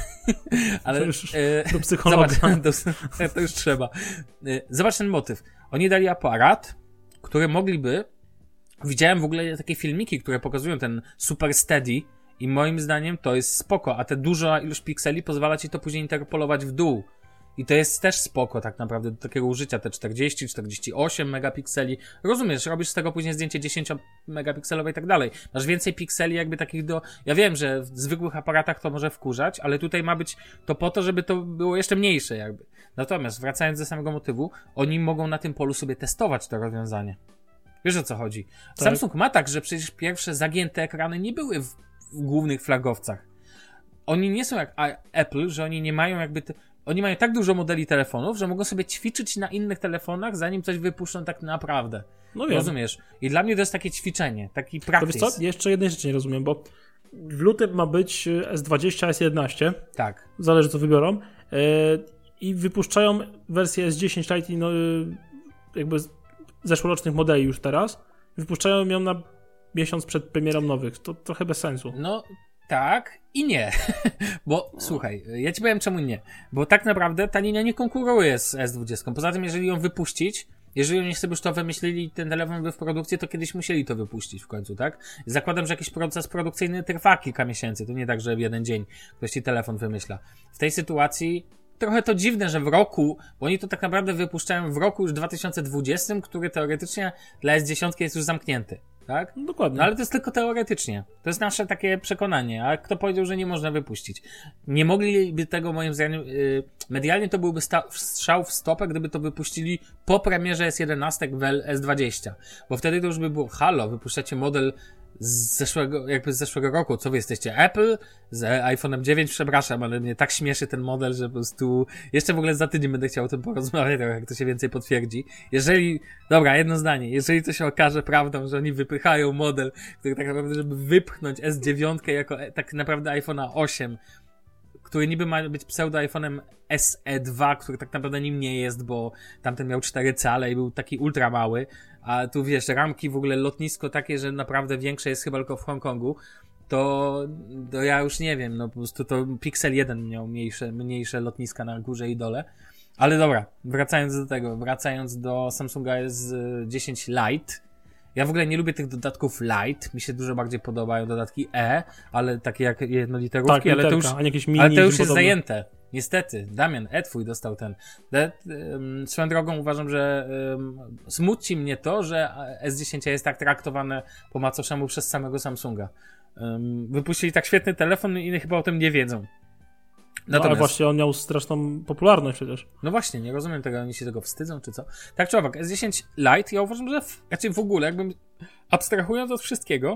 Ale To już yy, do psychologa. Zobacz, to, to już trzeba. Yy, zobacz ten motyw. Oni dali aparat, który mogliby, widziałem w ogóle takie filmiki, które pokazują ten Super Steady i moim zdaniem to jest spoko, a ta duża ilość pikseli pozwala ci to później interpolować w dół. I to jest też spoko tak naprawdę do takiego użycia, te czterdzieści, czterdzieści osiem megapikseli. Rozumiesz, robisz z tego później zdjęcie dziesięć megapikselowe i tak dalej. Masz więcej pikseli jakby takich do... Ja wiem, że w zwykłych aparatach to może wkurzać, ale tutaj ma być to po to, żeby to było jeszcze mniejsze jakby. Natomiast wracając do samego motywu, oni mogą na tym polu sobie testować to rozwiązanie. Wiesz o co chodzi? Tak. Samsung ma tak, że przecież pierwsze zagięte ekrany nie były w, w głównych flagowcach. Oni nie są jak Apple, że oni nie mają jakby... Te, oni mają tak dużo modeli telefonów, że mogą sobie ćwiczyć na innych telefonach, zanim coś wypuszczą tak naprawdę. No wiem. Rozumiesz? I dla mnie to jest takie ćwiczenie, taki To practice. wiesz co? Jeszcze jednej rzeczy nie rozumiem, bo w lutym ma być S dwadzieścia, S jedenaście. Tak. Zależy co wybiorą. Yy, I wypuszczają wersję S dziesięć Lite i no, yy, jakby z zeszłorocznych modeli już teraz. Wypuszczają ją na miesiąc przed premierą nowych. To trochę bez sensu. No tak i nie. Bo słuchaj, ja ci powiem czemu nie. Bo tak naprawdę ta linia nie konkuruje z S dwadzieścia. Poza tym, jeżeli ją wypuścić, jeżeli oni sobie już to wymyślili, ten telefon był w produkcji, to kiedyś musieli to wypuścić w końcu, tak? Zakładam, że jakiś proces produkcyjny trwa kilka miesięcy. To nie tak, że w jeden dzień ktoś ci telefon wymyśla. W tej sytuacji trochę to dziwne, że w roku, bo oni to tak naprawdę wypuszczają w roku już dwa tysiące dwudziestym, który teoretycznie dla S dziesięć jest już zamknięty, tak? No, dokładnie. No ale to jest tylko teoretycznie. To jest nasze takie przekonanie. A kto powiedział, że nie można wypuścić? Nie mogliby tego, moim zdaniem, yy, medialnie to byłby sta- strzał w stopę, gdyby to wypuścili po premierze S jedenaście w S dwadzieścia. Bo wtedy to już by było, halo, wypuszczacie model z zeszłego, jakby z zeszłego roku. Co wy jesteście? Apple? Z iPhone'em dziewięć? Przepraszam, ale mnie tak śmieszy ten model, że po prostu jeszcze w ogóle za tydzień będę chciał o tym porozmawiać, jak to się więcej potwierdzi. Jeżeli, dobra, jedno zdanie, jeżeli to się okaże prawdą, że oni wypychają model, który tak naprawdę, żeby wypchnąć S dziewięć jako tak naprawdę iPhone'a osiem, który niby ma być pseudo iPhone'em S E dwa, który tak naprawdę nim nie jest, bo tamten miał cztery cale i był taki ultra mały, a tu wiesz, ramki w ogóle lotnisko takie, że naprawdę większe jest chyba tylko w Hongkongu, to, to ja już nie wiem, no po prostu to Pixel jeden miał mniejsze, mniejsze lotniska na górze i dole. Ale dobra, wracając do tego, wracając do Samsunga S dziesięć Lite, ja w ogóle nie lubię tych dodatków Lite, mi się dużo bardziej podobają dodatki E, ale takie jak jednoliterówki, tak, ale to literka, już, a nie jakieś mini, ale to już jest podobne. zajęte. Niestety, Damian, E twój dostał ten. De, um, swoją drogą uważam, że um, smuci mnie to, że S dziesięć jest tak traktowane po macoszemu przez samego Samsunga. Um, wypuścili tak świetny telefon i chyba o tym nie wiedzą. No ale właśnie on miał straszną popularność przecież. No właśnie, nie rozumiem tego, oni się tego wstydzą, czy co? Tak czy owak, S dziesięć Lite, ja uważam, że w, znaczy w ogóle, jakbym abstrahując od wszystkiego,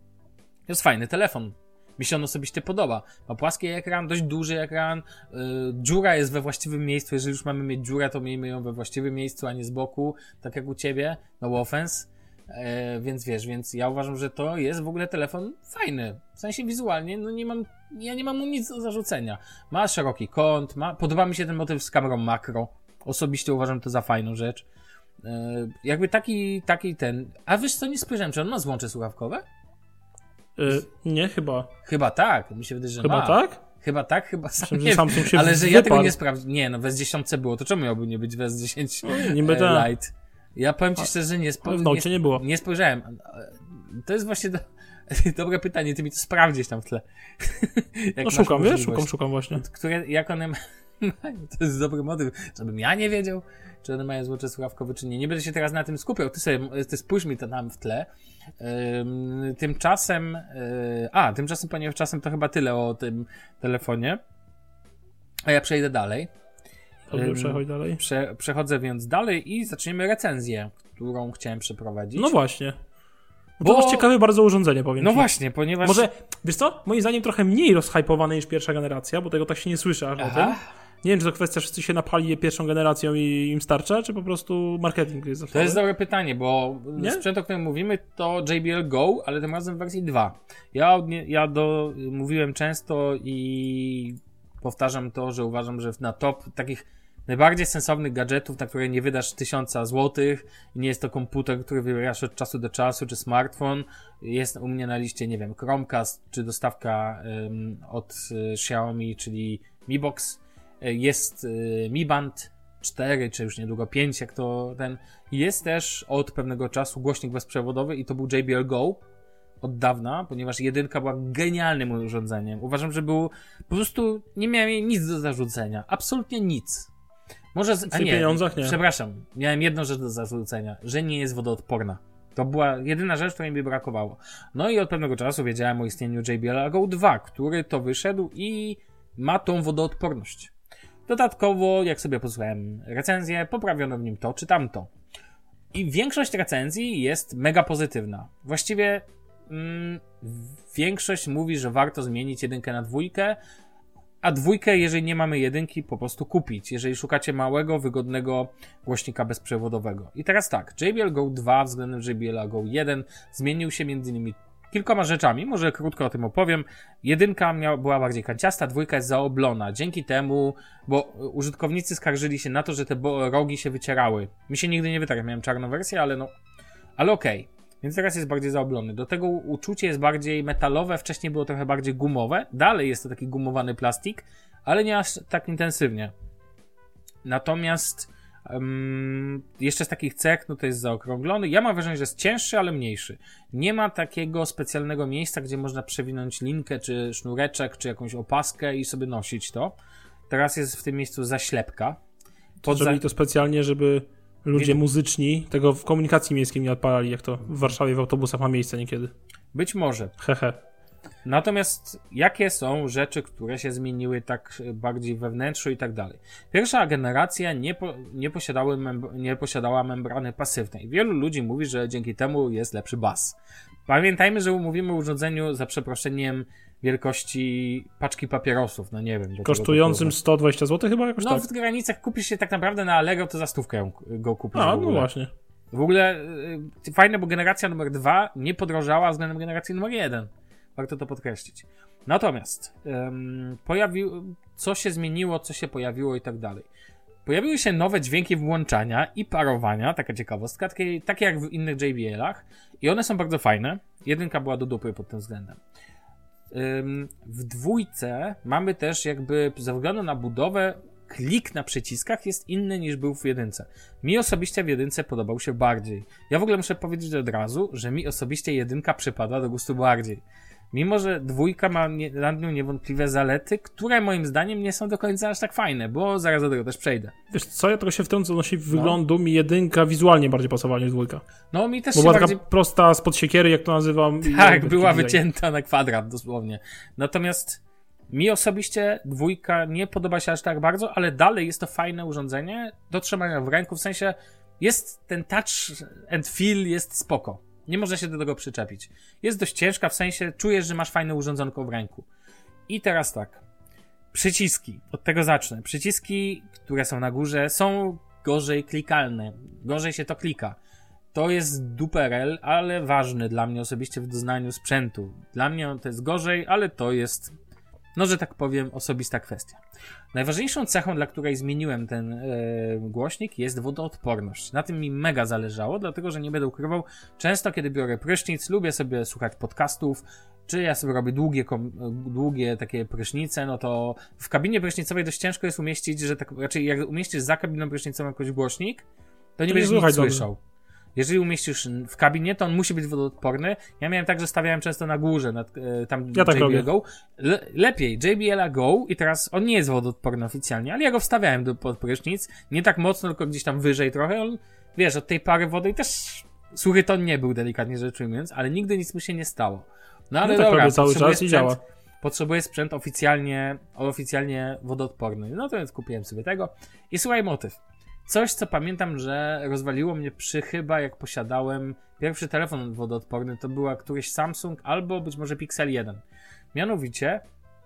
to jest fajny telefon. Mi się on osobiście podoba. Ma płaski ekran, dość duży ekran, yy, dziura jest we właściwym miejscu, jeżeli już mamy mieć dziurę, to miejmy ją we właściwym miejscu, a nie z boku, tak jak u ciebie, no offense. E, więc wiesz, więc ja uważam, że to jest w ogóle telefon fajny. W sensie wizualnie, no nie mam, ja nie mam mu nic do zarzucenia. Ma szeroki kąt, ma, podoba mi się ten motyw z kamerą makro. Osobiście uważam to za fajną rzecz. Yy, jakby taki, taki ten... A wiesz co, nie spojrzałem, czy on ma złącze słuchawkowe? Yy, nie, chyba. Chyba tak, mi się wydaje, że Chyba ma. tak? Chyba tak, chyba sam Myślę, nie że Samsung się ale że wyparł. ja tego nie sprawdziłem. Nie, no w S dziesięć było, to czemu miałby nie być w S dziesięć No, niby e, tak. Lite? Ja powiem ci A, szczerze, że nie, spo, w Nocie nie było. Nie spojrzałem. To jest właśnie do, dobre pytanie, ty mi to sprawdzisz tam w tle. Jak No masz szukam, wiesz, możliwość. szukam, szukam właśnie. Które, jak one mają, to jest dobry motyw, żebym ja nie wiedział, czy one mają złocze słuchawkowe, czy nie. Nie będę się teraz na tym skupiał, ty sobie, ty spójrz mi to tam w tle. Ym, tymczasem, yy, a, tymczasem, ponieważ czasem to chyba tyle o tym telefonie. A ja przejdę dalej. Dobrze, Ym, przechodź dalej. Prze, przechodzę więc dalej i zaczniemy recenzję, którą chciałem przeprowadzić. No właśnie. Bo Bo- to masz ciekawe bardzo urządzenie, powiem No ci. właśnie, ponieważ... Może, wiesz co? Moim zdaniem trochę mniej rozhypowane niż pierwsza generacja, bo tego tak się nie słyszy aż o Aha. tym. Nie wiem, czy to kwestia, że wszyscy się napali pierwszą generacją i im starcza, czy po prostu marketing jest za To jest słaby? dobre pytanie, bo Nie? sprzęt, o którym mówimy, to J B L Go, ale tym razem w wersji dwa. Ja, od nie, ja do, mówiłem często i powtarzam to, że uważam, że na top takich najbardziej sensownych gadżetów, na które nie wydasz tysiąca złotych, nie jest to komputer, który wybierasz od czasu do czasu, czy smartfon, jest u mnie na liście, nie wiem, Chromecast, czy dostawka ym, od y, Xiaomi, czyli Mi Box, y, jest y, Mi Band cztery, czy już niedługo pięć, jak to ten. Jest też od pewnego czasu głośnik bezprzewodowy i to był J B L Go od dawna, ponieważ jedynka była genialnym urządzeniem. Uważam, że był, po prostu nie miałem jej nic do zarzucenia. Absolutnie nic. Może z, W a tych nie, pieniądzach nie. Przepraszam, miałem jedną rzecz do zarzucenia, że nie jest wodoodporna. To była jedyna rzecz, której mi brakowało. No i od pewnego czasu wiedziałem o istnieniu J B L Go dwa, który to wyszedł i ma tą wodoodporność. Dodatkowo, jak sobie posłuchałem recenzję, poprawiono w nim to czy tamto. I większość recenzji jest mega pozytywna. Właściwie mm, większość mówi, że warto zmienić jedynkę na dwójkę, a dwójkę, jeżeli nie mamy jedynki, po prostu kupić, jeżeli szukacie małego, wygodnego głośnika bezprzewodowego. I teraz tak, J B L Go dwa względem J B L Go jeden zmienił się między innymi kilkoma rzeczami, może krótko o tym opowiem. Jedynka miała, była bardziej kanciasta, dwójka jest zaoblona. Dzięki temu, bo użytkownicy skarżyli się na to, że te bo- rogi się wycierały. Mi się nigdy nie wytarł, miałem czarną wersję, ale no, ale okej. Okay. Więc teraz jest bardziej zaoblony. Do tego uczucie jest bardziej metalowe, wcześniej było trochę bardziej gumowe. Dalej jest to taki gumowany plastik, ale nie aż tak intensywnie. Natomiast um, jeszcze z takich cech, no to jest zaokrąglony. Ja mam wrażenie, że jest cięższy, ale mniejszy. Nie ma takiego specjalnego miejsca, gdzie można przewinąć linkę, czy sznureczek, czy jakąś opaskę i sobie nosić to. Teraz jest w tym miejscu zaślepka. To zrobili to specjalnie, żeby ludzie Nie- muzyczni tego w komunikacji miejskiej nie odpalali, jak to w Warszawie w autobusach ma miejsce niekiedy. Być może. Hehe. Natomiast jakie są rzeczy, które się zmieniły tak bardziej we wnętrzu i tak dalej? Pierwsza generacja nie, po, nie, posiadały mem- nie posiadała membrany pasywnej. Wielu ludzi mówi, że dzięki temu jest lepszy bas. Pamiętajmy, że mówimy o urządzeniu za przeproszeniem wielkości paczki papierosów. No nie wiem. do czego to Kosztującym było. sto dwadzieścia złotych chyba jakoś No tak? w granicach kupisz się tak naprawdę na Allegro, to za stówkę go kupisz. A, w no ogóle. właśnie. W ogóle y, fajne, bo generacja numer dwa nie podrożała względem generacji numer jeden. Warto to podkreślić. Natomiast ym, pojawił, co się zmieniło, co się pojawiło i tak dalej. Pojawiły się nowe dźwięki włączania i parowania, taka ciekawostka, takie, takie jak w innych J B L-ach i one są bardzo fajne. Jedynka była do dupy pod tym względem. Ym, w dwójce mamy też jakby ze względu na budowę klik na przyciskach jest inny niż był w jedynce. Mi osobiście w jedynce podobał się bardziej. Ja w ogóle muszę powiedzieć od razu, że mi osobiście jedynka przypada do gustu bardziej. Mimo, że dwójka ma nie, nad nią niewątpliwe zalety, które moim zdaniem nie są do końca aż tak fajne, bo zaraz do tego też przejdę. Wiesz co, ja trochę się wtrącę odnośnie wyglądu, mi jedynka wizualnie bardziej pasowała niż dwójka. No mi też Bo się była bardziej... taka prosta spod siekiery, jak to nazywam. i Tak, jakby była taki design. wycięta na kwadrat dosłownie. Natomiast mi osobiście dwójka nie podoba się aż tak bardzo, ale dalej jest to fajne urządzenie do trzymania w ręku, w sensie jest ten touch and feel jest spoko. Nie można się do tego przyczepić. Jest dość ciężka, w sensie czujesz, że masz fajne urządzonko w ręku. I teraz tak. Przyciski. Od tego zacznę. Przyciski, które są na górze, są gorzej klikalne. Gorzej się to klika. To jest duperel, ale ważny dla mnie osobiście w doznaniu sprzętu. Dla mnie to jest gorzej, ale to jest, no że tak powiem, osobista kwestia. Najważniejszą cechą, dla której zmieniłem ten e, głośnik, jest wodoodporność. Na tym mi mega zależało, dlatego że nie będę ukrywał, często kiedy biorę prysznic, lubię sobie słuchać podcastów, czy ja sobie robię długie, długie takie prysznice, no to w kabinie prysznicowej dość ciężko jest umieścić, że tak, raczej jak umieścisz za kabiną prysznicową jakoś głośnik, to nie to będziesz nic słyszał. Jeżeli umieścisz w kabinie, to on musi być wodoodporny. Ja miałem tak, że stawiałem często na górze, nad, tam ja tak J B L Go. Le- lepiej, J B L Go i teraz on nie jest wodoodporny oficjalnie, ale ja go wstawiałem do, pod prysznic. Nie tak mocno, tylko gdzieś tam wyżej trochę. On, wiesz, od tej pary wody i też suchy ton nie był, delikatnie rzecz ujmując, ale nigdy nic mu się nie stało. No ale no tak dobra, cały czas i działa. Potrzebuję sprzęt oficjalnie, oficjalnie wodoodporny. No to więc kupiłem sobie tego. I słuchaj motyw. Coś, co pamiętam, że rozwaliło mnie przy chyba jak posiadałem pierwszy telefon wodoodporny, to była któryś Samsung albo być może Pixel jeden. Mianowicie,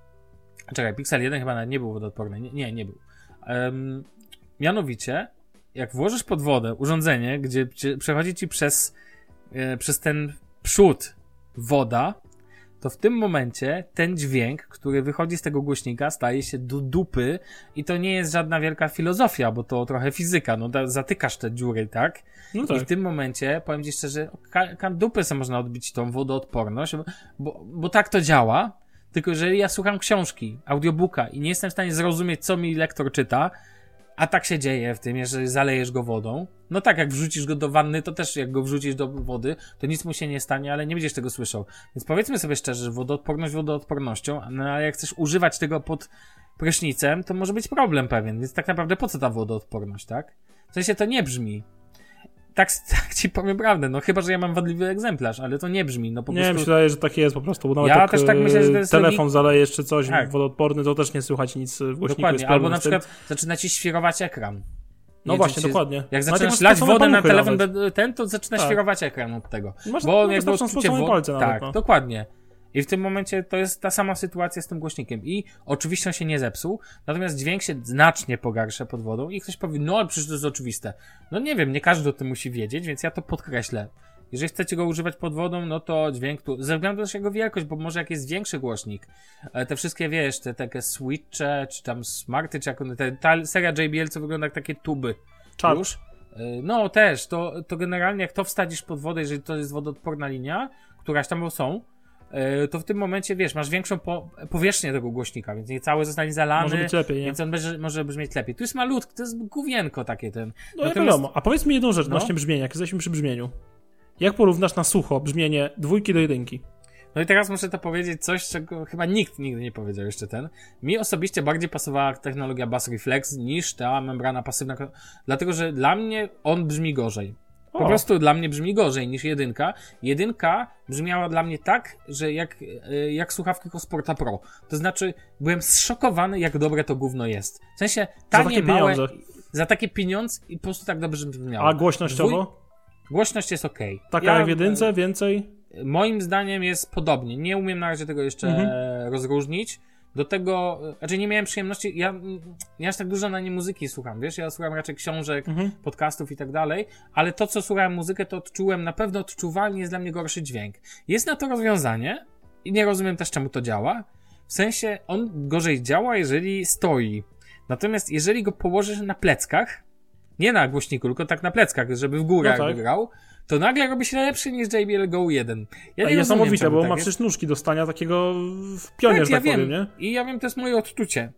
czekaj, Pixel jeden chyba nawet nie był wodoodporny. Nie, nie, nie był. Um, mianowicie, jak włożysz pod wodę urządzenie, gdzie, gdzie przechodzi ci przez, e, przez ten przód woda, to w tym momencie ten dźwięk, który wychodzi z tego głośnika, staje się do dupy i to nie jest żadna wielka filozofia, bo to trochę fizyka, no da, zatykasz te dziury, tak? No tak. I w tym momencie, powiem ci szczerze, ka, ka dupy sobie można odbić tą wodoodporność, bo, bo tak to działa, tylko jeżeli ja słucham książki, audiobooka i nie jestem w stanie zrozumieć, co mi lektor czyta, a tak się dzieje w tym, jeżeli zalejesz go wodą. No tak, jak wrzucisz go do wanny, to też jak go wrzucisz do wody, to nic mu się nie stanie, ale nie będziesz tego słyszał. Więc powiedzmy sobie szczerze, że wodoodporność wodoodpornością, no ale jak chcesz używać tego pod prysznicem, to może być problem pewien. Więc tak naprawdę po co ta wodoodporność, tak? W sensie to nie brzmi. Tak, tak ci powiem prawdę, no chyba, że ja mam wadliwy egzemplarz, ale to nie brzmi, no po nie, prostu... Nie, myślę, że tak jest po prostu, bo nawet ja jak też tak myślę, że to jest telefon logik... zalejesz czy coś tak. wodoodporny, to też nie słychać nic w głośniku. Dokładnie, albo na przykład zaczyna ci świrować ekran. No właśnie, ci... dokładnie. Jak zaczynasz lać wodę na telefon nawet. ten, to zaczyna tak. świrować ekran od tego. Masz, bo jakby odczucie wody... palce nawet, tak, no. dokładnie. I w tym momencie to jest ta sama sytuacja z tym głośnikiem. I oczywiście on się nie zepsuł, natomiast dźwięk się znacznie pogarsza pod wodą i ktoś powie, no ale przecież to jest oczywiste. No nie wiem, nie każdy o tym musi wiedzieć, więc ja to podkreślę. Jeżeli chcecie go używać pod wodą, no to dźwięk tu, ze względu na jego wielkość, bo może jak jest większy głośnik, te wszystkie, wiesz, te takie switche, czy tam smarty, czy jak one, te, ta seria J B L, co wygląda jak takie tuby. Czar. Już? No też, to, to generalnie jak to wsadzisz pod wodę, jeżeli to jest wodoodporna linia, któraś tam są, to w tym momencie, wiesz, masz większą po, powierzchnię tego głośnika, więc nie cały zostanie zalany, może być lepiej, nie? Więc on będzie, może brzmieć lepiej. Tu jest malutki, to jest gówienko takie ten. No Natomiast... ja wiadomo. A powiedz mi jedną rzecz no? odnośnie brzmienia, jak jesteśmy przy brzmieniu. Jak porównasz na sucho brzmienie dwójki do jedynki? No i teraz muszę to powiedzieć coś, czego chyba nikt nigdy nie powiedział jeszcze ten. Mi osobiście bardziej pasowała technologia Bass Reflex niż ta membrana pasywna, dlatego że dla mnie on brzmi gorzej. Po o. prostu dla mnie brzmi gorzej niż jedynka. Jedynka brzmiała dla mnie tak, że jak, jak słuchawki Sporta Pro. To znaczy, byłem zszokowany, jak dobre to gówno jest. W sensie, tanie, za takie małe, pieniądze. Za takie pieniądze i po prostu tak dobrze brzmiało. A głośnościowo? Dwój... Głośność jest okej. Okay. Taka ja, jak w jedynce, więcej? Moim zdaniem jest podobnie. Nie umiem na razie tego jeszcze mhm. rozróżnić. Do tego, znaczy nie miałem przyjemności, ja, ja aż tak dużo na nie muzyki słucham, wiesz, ja słucham raczej książek, mhm. podcastów i tak dalej, ale to, co słuchałem muzykę, to odczułem, na pewno odczuwalnie jest dla mnie gorszy dźwięk. Jest na to rozwiązanie i nie rozumiem też, czemu to działa. W sensie, on gorzej działa, jeżeli stoi. Natomiast jeżeli go położysz na pleckach, nie na głośniku, tylko tak na pleckach, żeby w górę no tak. grał, to nagle robi się lepszy niż J B L Go jeden. Ja A niesamowite, bo tak ma przecież nóżki do stania takiego w pionie, tak, że ja tak wiem. powiem, nie? I ja wiem, to jest moje odczucie.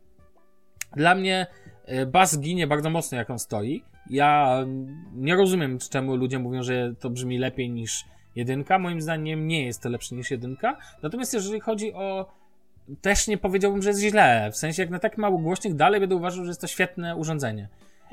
Dla mnie bas ginie bardzo mocno, jak on stoi. Ja nie rozumiem, czemu ludzie mówią, że to brzmi lepiej niż jedynka. Moim zdaniem nie jest to lepsze niż jedynka. Natomiast jeżeli chodzi o... Też nie powiedziałbym, że jest źle. W sensie, jak na tak mały głośnik, dalej będę uważał, że jest to świetne urządzenie.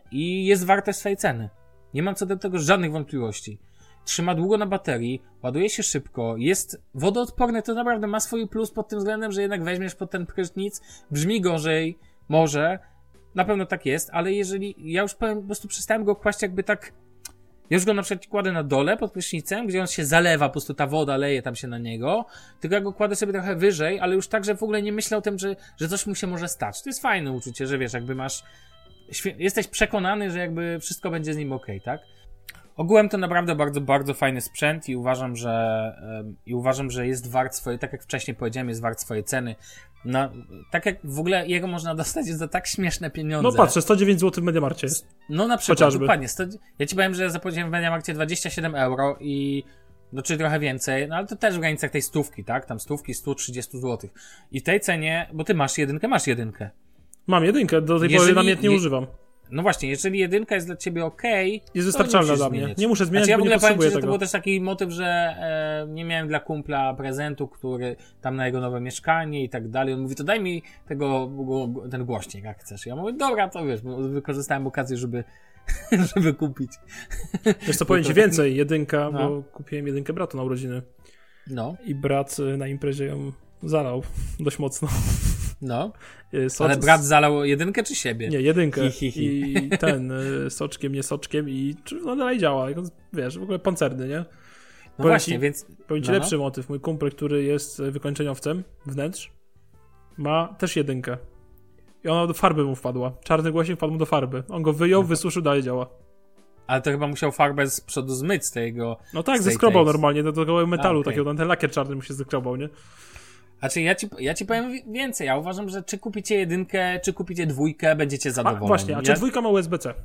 I jest warte swojej ceny. Nie mam co do tego żadnych wątpliwości. Trzyma długo na baterii, ładuje się szybko, jest wodoodporny, to naprawdę ma swój plus pod tym względem, że jednak weźmiesz pod ten prysznic, brzmi gorzej, może, na pewno tak jest, ale jeżeli, ja już powiem, po prostu przestałem go kłaść jakby tak, ja już go na przykład kładę na dole pod prysznicem, gdzie on się zalewa, po prostu ta woda leje tam się na niego, tylko ja go kładę sobie trochę wyżej, ale już tak, że w ogóle nie myślę o tym, że, że coś mu się może stać. To jest fajne uczucie, że wiesz, jakby masz, jesteś przekonany, że jakby wszystko będzie z nim okej, tak? Ogółem to naprawdę bardzo, bardzo fajny sprzęt i uważam, że um, i uważam, że jest wart swoje, tak jak wcześniej powiedziałem, jest wart swojej ceny. No, tak jak w ogóle jego można dostać za tak śmieszne pieniądze. No patrzę, sto dziewięć złotych w Mediamarkcie jest. No na przykład, Chociażby. dokładnie. sto, ja ci powiem, że zapłaciłem w Mediamarkcie dwadzieścia siedem euro i no czy trochę więcej, no ale to też w granicach tej stówki, tak? Tam stówki, sto trzydzieści złotych. I w tej cenie, bo ty masz jedynkę, masz jedynkę. Mam jedynkę, do tej Jeżeli- pory namiętnie nie je- używam. No właśnie, jeżeli jedynka jest dla ciebie okej, Jest to wystarczalna nie musisz dla mnie. zmieniać. Nie muszę zmieniać, Znaczy, ja w bo nie ogóle powiem ci, potrzebuję że to tego. był też taki motyw, że e, nie miałem dla kumpla prezentu, który tam na jego nowe mieszkanie i tak dalej. On mówi, to daj mi tego, go- ten głośnik, jak chcesz. Ja mówię, dobra, to wiesz, bo wykorzystałem okazję, żeby, żeby kupić. Wiesz co, powiem to ci tak- więcej, jedynka, No. bo kupiłem jedynkę bratu na urodziny No, i brat y, na imprezie ją zalał dość mocno. no. Y, soc- Ale brat zalał jedynkę czy siebie? Nie, jedynkę. Hi, hi, hi. I ten, y, soczkiem, nie soczkiem i czy- no dalej działa. Jak on, wiesz, w ogóle pancerny, nie? No powiem właśnie, ci- więc... Powiem ci No, no. lepszy motyw. Mój kumpel, który jest y, wykończeniowcem wnętrz, ma też jedynkę. I ona do farby mu wpadła. Czarny głośnik wpadł mu do farby. On go wyjął, wysuszył, dalej działa. Ale to chyba musiał farbę z przodu zmyć z tego... No tak, z tej- zeskrobał tej- normalnie do tego metalu A, okej. takiego, ten lakier czarny mu się zeskrobał, nie? Znaczy, ja ci, ja ci powiem wi- więcej. Ja uważam, że czy kupicie jedynkę, czy kupicie dwójkę, będziecie A zadowoleni. właśnie, a czy Ja- dwójka ma U S B C?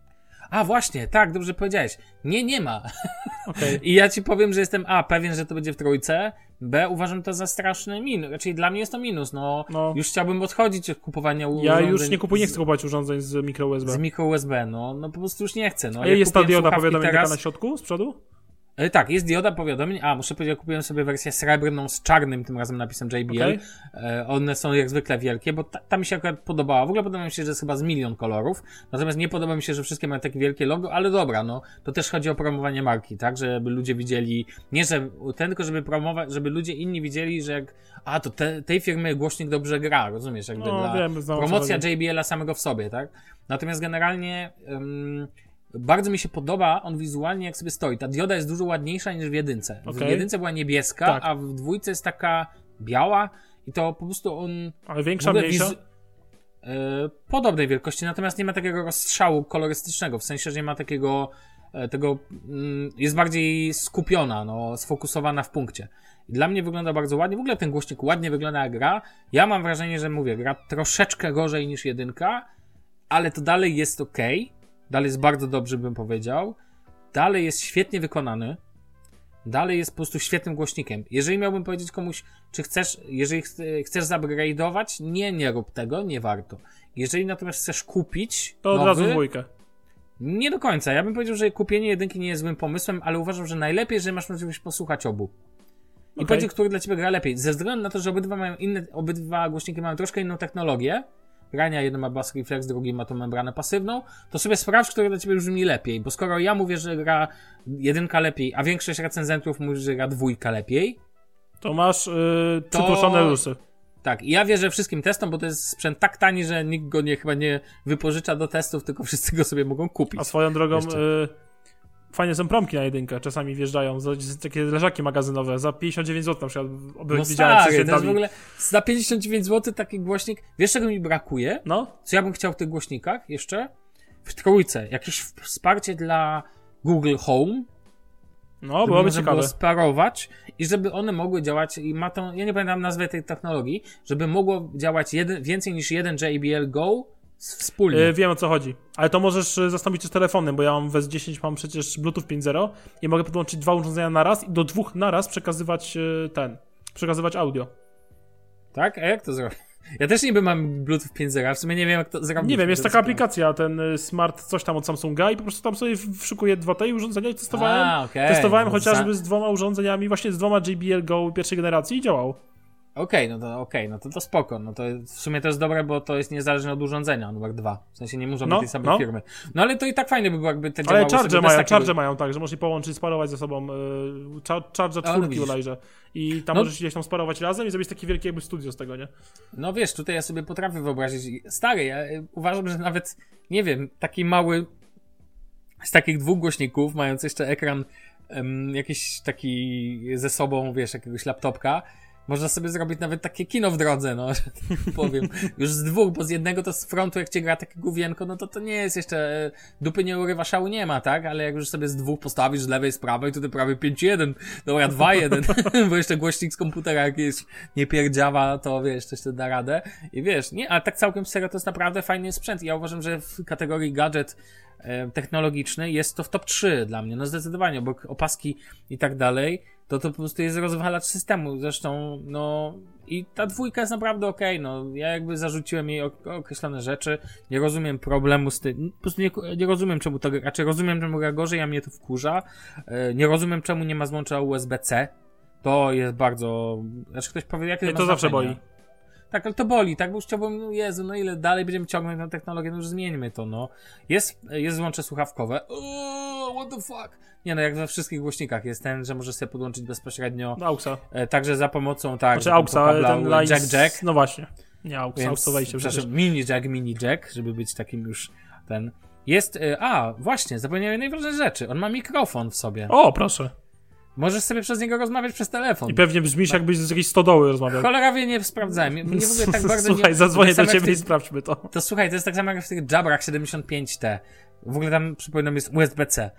A właśnie, tak, dobrze powiedziałeś. Nie, nie ma. Okej. I ja ci powiem, że jestem A, pewien, że to będzie w trójce, B, uważam to za straszny minus. Raczej dla mnie jest to minus, no. No. Już chciałbym odchodzić od kupowania Ja urządzeń już nie kupuję, nie chcę z, kupować urządzeń z mikro U S B. z mikro U S B, no. No po prostu już nie chcę, no. A Ja jest ta kupiłem dioda słuchawki powiadomień teraz... taka na środku, z przodu? E, tak, jest dioda powiadomień. A, muszę powiedzieć, ja kupiłem sobie wersję srebrną z czarnym, tym razem napisem J B L. Okej. E, one są jak zwykle wielkie, bo ta, ta mi się akurat podobała. W ogóle podoba mi się, że jest chyba z milion kolorów. Natomiast nie podoba mi się, że wszystkie mają takie wielkie logo, ale dobra, no. To też chodzi o promowanie marki, tak? Żeby ludzie widzieli, nie że ten, tylko żeby promować, żeby ludzie inni widzieli, że jak, a to te, tej firmy głośnik dobrze gra, rozumiesz? Jakby No, dla wiem, znam, o co promocja chodzi. J B L-a samego w sobie, tak? Natomiast generalnie... Um, bardzo mi się podoba on wizualnie, jak sobie stoi. Ta dioda jest dużo ładniejsza niż w jedynce. W Okej. jedynce była niebieska, Tak. a w dwójce jest taka biała i to po prostu on... Ale w większa, ogóle mniejsza? wizu- e, podobnej wielkości, natomiast nie ma takiego rozstrzału kolorystycznego, w sensie, że nie ma takiego e, tego, mm, jest bardziej skupiona, no, sfokusowana w punkcie. I dla mnie wygląda bardzo ładnie, w ogóle ten głośnik ładnie wygląda jak gra. Ja mam wrażenie, że mówię, gra troszeczkę gorzej niż jedynka, ale to dalej jest okej. Dalej jest bardzo dobrze, bym powiedział. Dalej jest świetnie wykonany. Dalej jest po prostu świetnym głośnikiem. Jeżeli miałbym powiedzieć komuś, czy chcesz, jeżeli ch- chcesz zupgrade'ować, nie, nie rób tego, nie warto. Jeżeli natomiast chcesz kupić To od nowy, razu dwójkę. nie do końca. Ja bym powiedział, że kupienie jedynki nie jest złym pomysłem, ale uważam, że najlepiej, że masz możliwość posłuchać obu. I Okej. powiedzieć, który dla ciebie gra lepiej. Ze względu na to, że obydwa mają inne, obydwa głośniki mają troszkę inną technologię, grania, jeden ma bass reflex, drugi ma tą membranę pasywną, to sobie sprawdź, który dla ciebie brzmi lepiej, bo skoro ja mówię, że gra jedynka lepiej, a większość recenzentów mówi, że gra dwójka lepiej, To masz yy, To- przytłoczone lusy. tak, i ja wierzę wszystkim testom, bo to jest sprzęt tak tani, że nikt go nie, chyba nie wypożycza do testów, tylko wszyscy go sobie mogą kupić. A swoją drogą Jeszcze. yy, fajne są promki na jedynkę. Czasami wjeżdżają za, takie leżaki magazynowe za pięćdziesiąt dziewięć złotych na przykład. Oby No widziałem stary, przed to jest w świętami. ogóle za pięćdziesiąt dziewięć złotych taki głośnik. Wiesz, czego mi brakuje? No, Co ja bym chciał w tych głośnikach jeszcze? W trójce. Jakieś wsparcie dla Google Home. no Żeby byłoby można ciekawe. było sparować i żeby one mogły działać i ma tą, ja nie pamiętam nazwy tej technologii, żeby mogło działać jeden, więcej niż jeden J B L Go s- wspólnie. Yy, wiem o co chodzi. Ale to możesz y, zastąpić z telefonem, bo ja mam w S dziesięć, mam przecież Bluetooth pięć zero i mogę podłączyć dwa urządzenia na raz i do dwóch na raz przekazywać y, ten, przekazywać audio. Tak? A jak to zrobić? Ja też niby mam Bluetooth pięć zero, a w sumie nie wiem jak to zrobić. Nie wiem, jest To taka aplikacja, ten y, Smart coś tam od Samsunga i po prostu tam sobie w- wszukuję dwa te urządzenia i testowałem. A, okej. Testowałem No, chociażby za- z dwoma urządzeniami, właśnie z dwoma J B L Go pierwszej generacji i działało. Okej, no to okej, no to to spoko. No to w sumie to jest dobre, bo to jest niezależne od urządzenia, numer dwa. W sensie nie muszą być No, tej samej no. firmy. No ale to i tak fajne by było, jakby te Ale działały charge sobie mają, bez takiego... charge mają tak, że możesz je połączyć, sparować ze sobą. Yy, char- charge no czwórki widzisz. bodajże. I tam No. możesz gdzieś tam sparować razem i zrobić takie wielkie jakby studio z tego, nie? No wiesz, tutaj ja sobie potrafię wyobrazić. Stary, ja y, uważam, że nawet, nie wiem, taki mały, z takich dwóch głośników, mając jeszcze ekran um, jakiś taki ze sobą, wiesz, jakiegoś laptopka, Można sobie zrobić nawet takie kino w drodze, no, że tak powiem. Już z dwóch, bo z jednego to z frontu, jak cię gra takie główienko, no to to nie jest jeszcze, dupy nie urywa, szału nie ma, tak? Ale jak już sobie z dwóch postawisz z lewej, z prawej, to ty prawie pięć jeden, dobra, dwa jeden, bo jeszcze głośnik z komputera jakiś nie pierdziawa, to wiesz, coś to da radę. I wiesz, nie, ale tak całkiem serio to jest naprawdę fajny sprzęt. Ja uważam, że w kategorii gadżet e, technologiczny jest to w top trzy dla mnie, no zdecydowanie, bo opaski i tak dalej, to to po prostu jest rozwalacz systemu. Zresztą, no i ta dwójka jest naprawdę okej, okay, no ja jakby zarzuciłem jej określone rzeczy, nie rozumiem problemu z tym, po prostu nie, nie rozumiem czemu to, raczej rozumiem czemu gra gorzej, a mnie to wkurza, nie rozumiem czemu nie ma złącza U S B C, to jest bardzo, znaczy ktoś powie, jakie to zawsze boli. Tak, ale to boli, tak, bo już chciałbym, no Jezu, no ile dalej będziemy ciągnąć tę technologię, no już zmieńmy to, no. Jest, jest złącze słuchawkowe, oh, what the fuck? Nie no, jak we wszystkich głośnikach jest ten, że możesz sobie podłączyć bezpośrednio. Do AUXa. E, także za pomocą, tak. Znaczy AUXa, ale ten line jack, jack. No właśnie. Nie AUX, Więc, AUX to wejście przecież. Mini jack, mini jack, żeby być takim już ten. Jest, e, a, właśnie, zapomniałem najważniejszej rzeczy. On ma mikrofon w sobie. O, proszę. Możesz sobie przez niego rozmawiać przez telefon. I pewnie brzmisz, jakbyś z jakiejś stodoły rozmawiał. Cholera wie, nie sprawdzałem. Mnie w ogóle tak bardzo słuchaj, nie... zadzwonię tak do ciebie tych... i sprawdźmy to. To słuchaj, to jest tak samo jak w tych Jabrach siedemdziesiąt pięć T. W ogóle tam, przypominam, jest U S B C.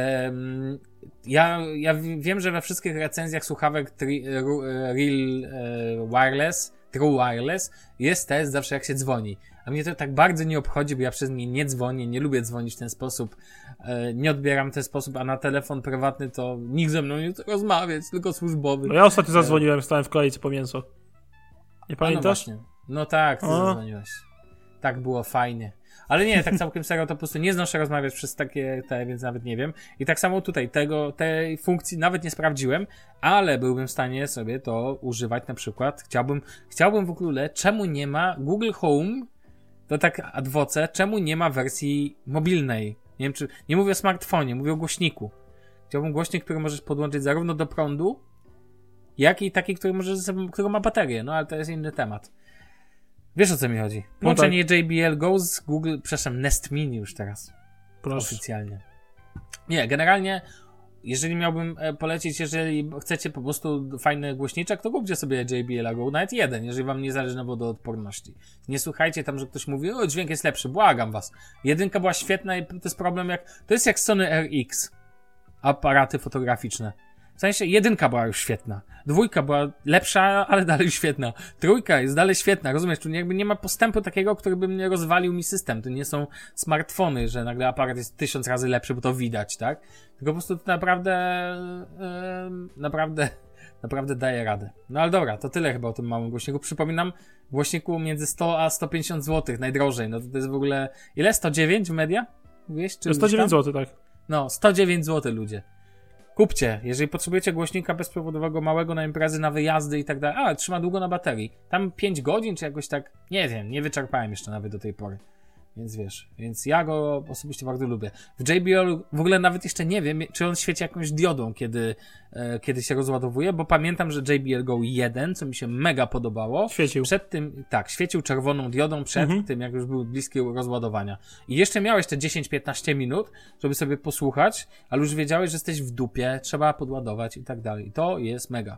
Um, ja, ja wiem, że we wszystkich recenzjach słuchawek tri, Real uh, Wireless, True Wireless jest test zawsze jak się dzwoni. A mnie to tak bardzo nie obchodzi, bo ja przez nie nie dzwonię, nie lubię dzwonić w ten sposób, e, nie odbieram w ten sposób, a na telefon prywatny to nikt ze mną nie chce rozmawiać, tylko służbowy. No ja ostatnio zadzwoniłem, stałem w kolejce po mięso. Nie pamiętasz? No, no tak, ty o. zadzwoniłeś. Tak było fajnie. Ale nie, tak całkiem serio to po prostu nie znoszę rozmawiać przez takie te, więc nawet nie wiem. I tak samo tutaj tego, tej funkcji nawet nie sprawdziłem, ale byłbym w stanie sobie to używać na przykład. Chciałbym, chciałbym w ogóle, czemu nie ma Google Home, to tak ad voce, czemu nie ma wersji mobilnej? Nie wiem, czy, nie mówię o smartfonie, mówię o głośniku. Chciałbym głośnik, który możesz podłączyć zarówno do prądu, jak i taki, który możesz, który ma baterię, no ale to jest inny temat. Wiesz, o co mi chodzi? Połączenie no tak. J B L Go z Google, przepraszam, Nest Mini już teraz. Proszę. Oficjalnie. Nie, generalnie, jeżeli miałbym polecić, jeżeli chcecie po prostu fajny głośniczek, to kupcie sobie J B L Go, nawet jeden, jeżeli wam nie zależy na wodoodporności. Nie słuchajcie tam, że ktoś mówi, o, dźwięk jest lepszy, błagam was. Jedynka była świetna i to jest problem jak, to jest jak Sony R X. Aparaty fotograficzne. W sensie jedynka była już świetna. Dwójka była lepsza, ale dalej świetna. Trójka jest dalej świetna, rozumiesz? Tu jakby nie ma postępu takiego, który by mnie rozwalił mi system. To nie są smartfony, że nagle aparat jest tysiąc razy lepszy, bo to widać, tak? Tylko po prostu to naprawdę, yy, naprawdę, naprawdę daje radę. No ale dobra, to tyle chyba o tym małym głośniku. Przypominam, głośniku między sto a sto pięćdziesiąt złotych, najdrożej. No to, to jest w ogóle, ile? sto dziewięć w media? Wiesz, czy sto dziewięć złotych, tak. No, sto dziewięć złotych, ludzie. Kupcie, jeżeli potrzebujecie głośnika bezprzewodowego małego na imprezy, na wyjazdy i tak dalej. A, trzyma długo na baterii. Tam pięć godzin, czy jakoś tak, nie wiem, nie wyczerpałem jeszcze nawet do tej pory. Więc wiesz, więc ja go osobiście bardzo lubię. W J B L w ogóle nawet jeszcze nie wiem, czy on świeci jakąś diodą, kiedy, e, kiedy się rozładowuje, bo pamiętam, że J B L Go jeden, co mi się mega podobało. Świecił. Przed tym, tak, świecił czerwoną diodą przed mhm. tym, jak już był bliski rozładowania. I jeszcze miałeś te dziesięć piętnaście minut, żeby sobie posłuchać, ale już wiedziałeś, że jesteś w dupie, trzeba podładować i tak dalej. I to jest mega.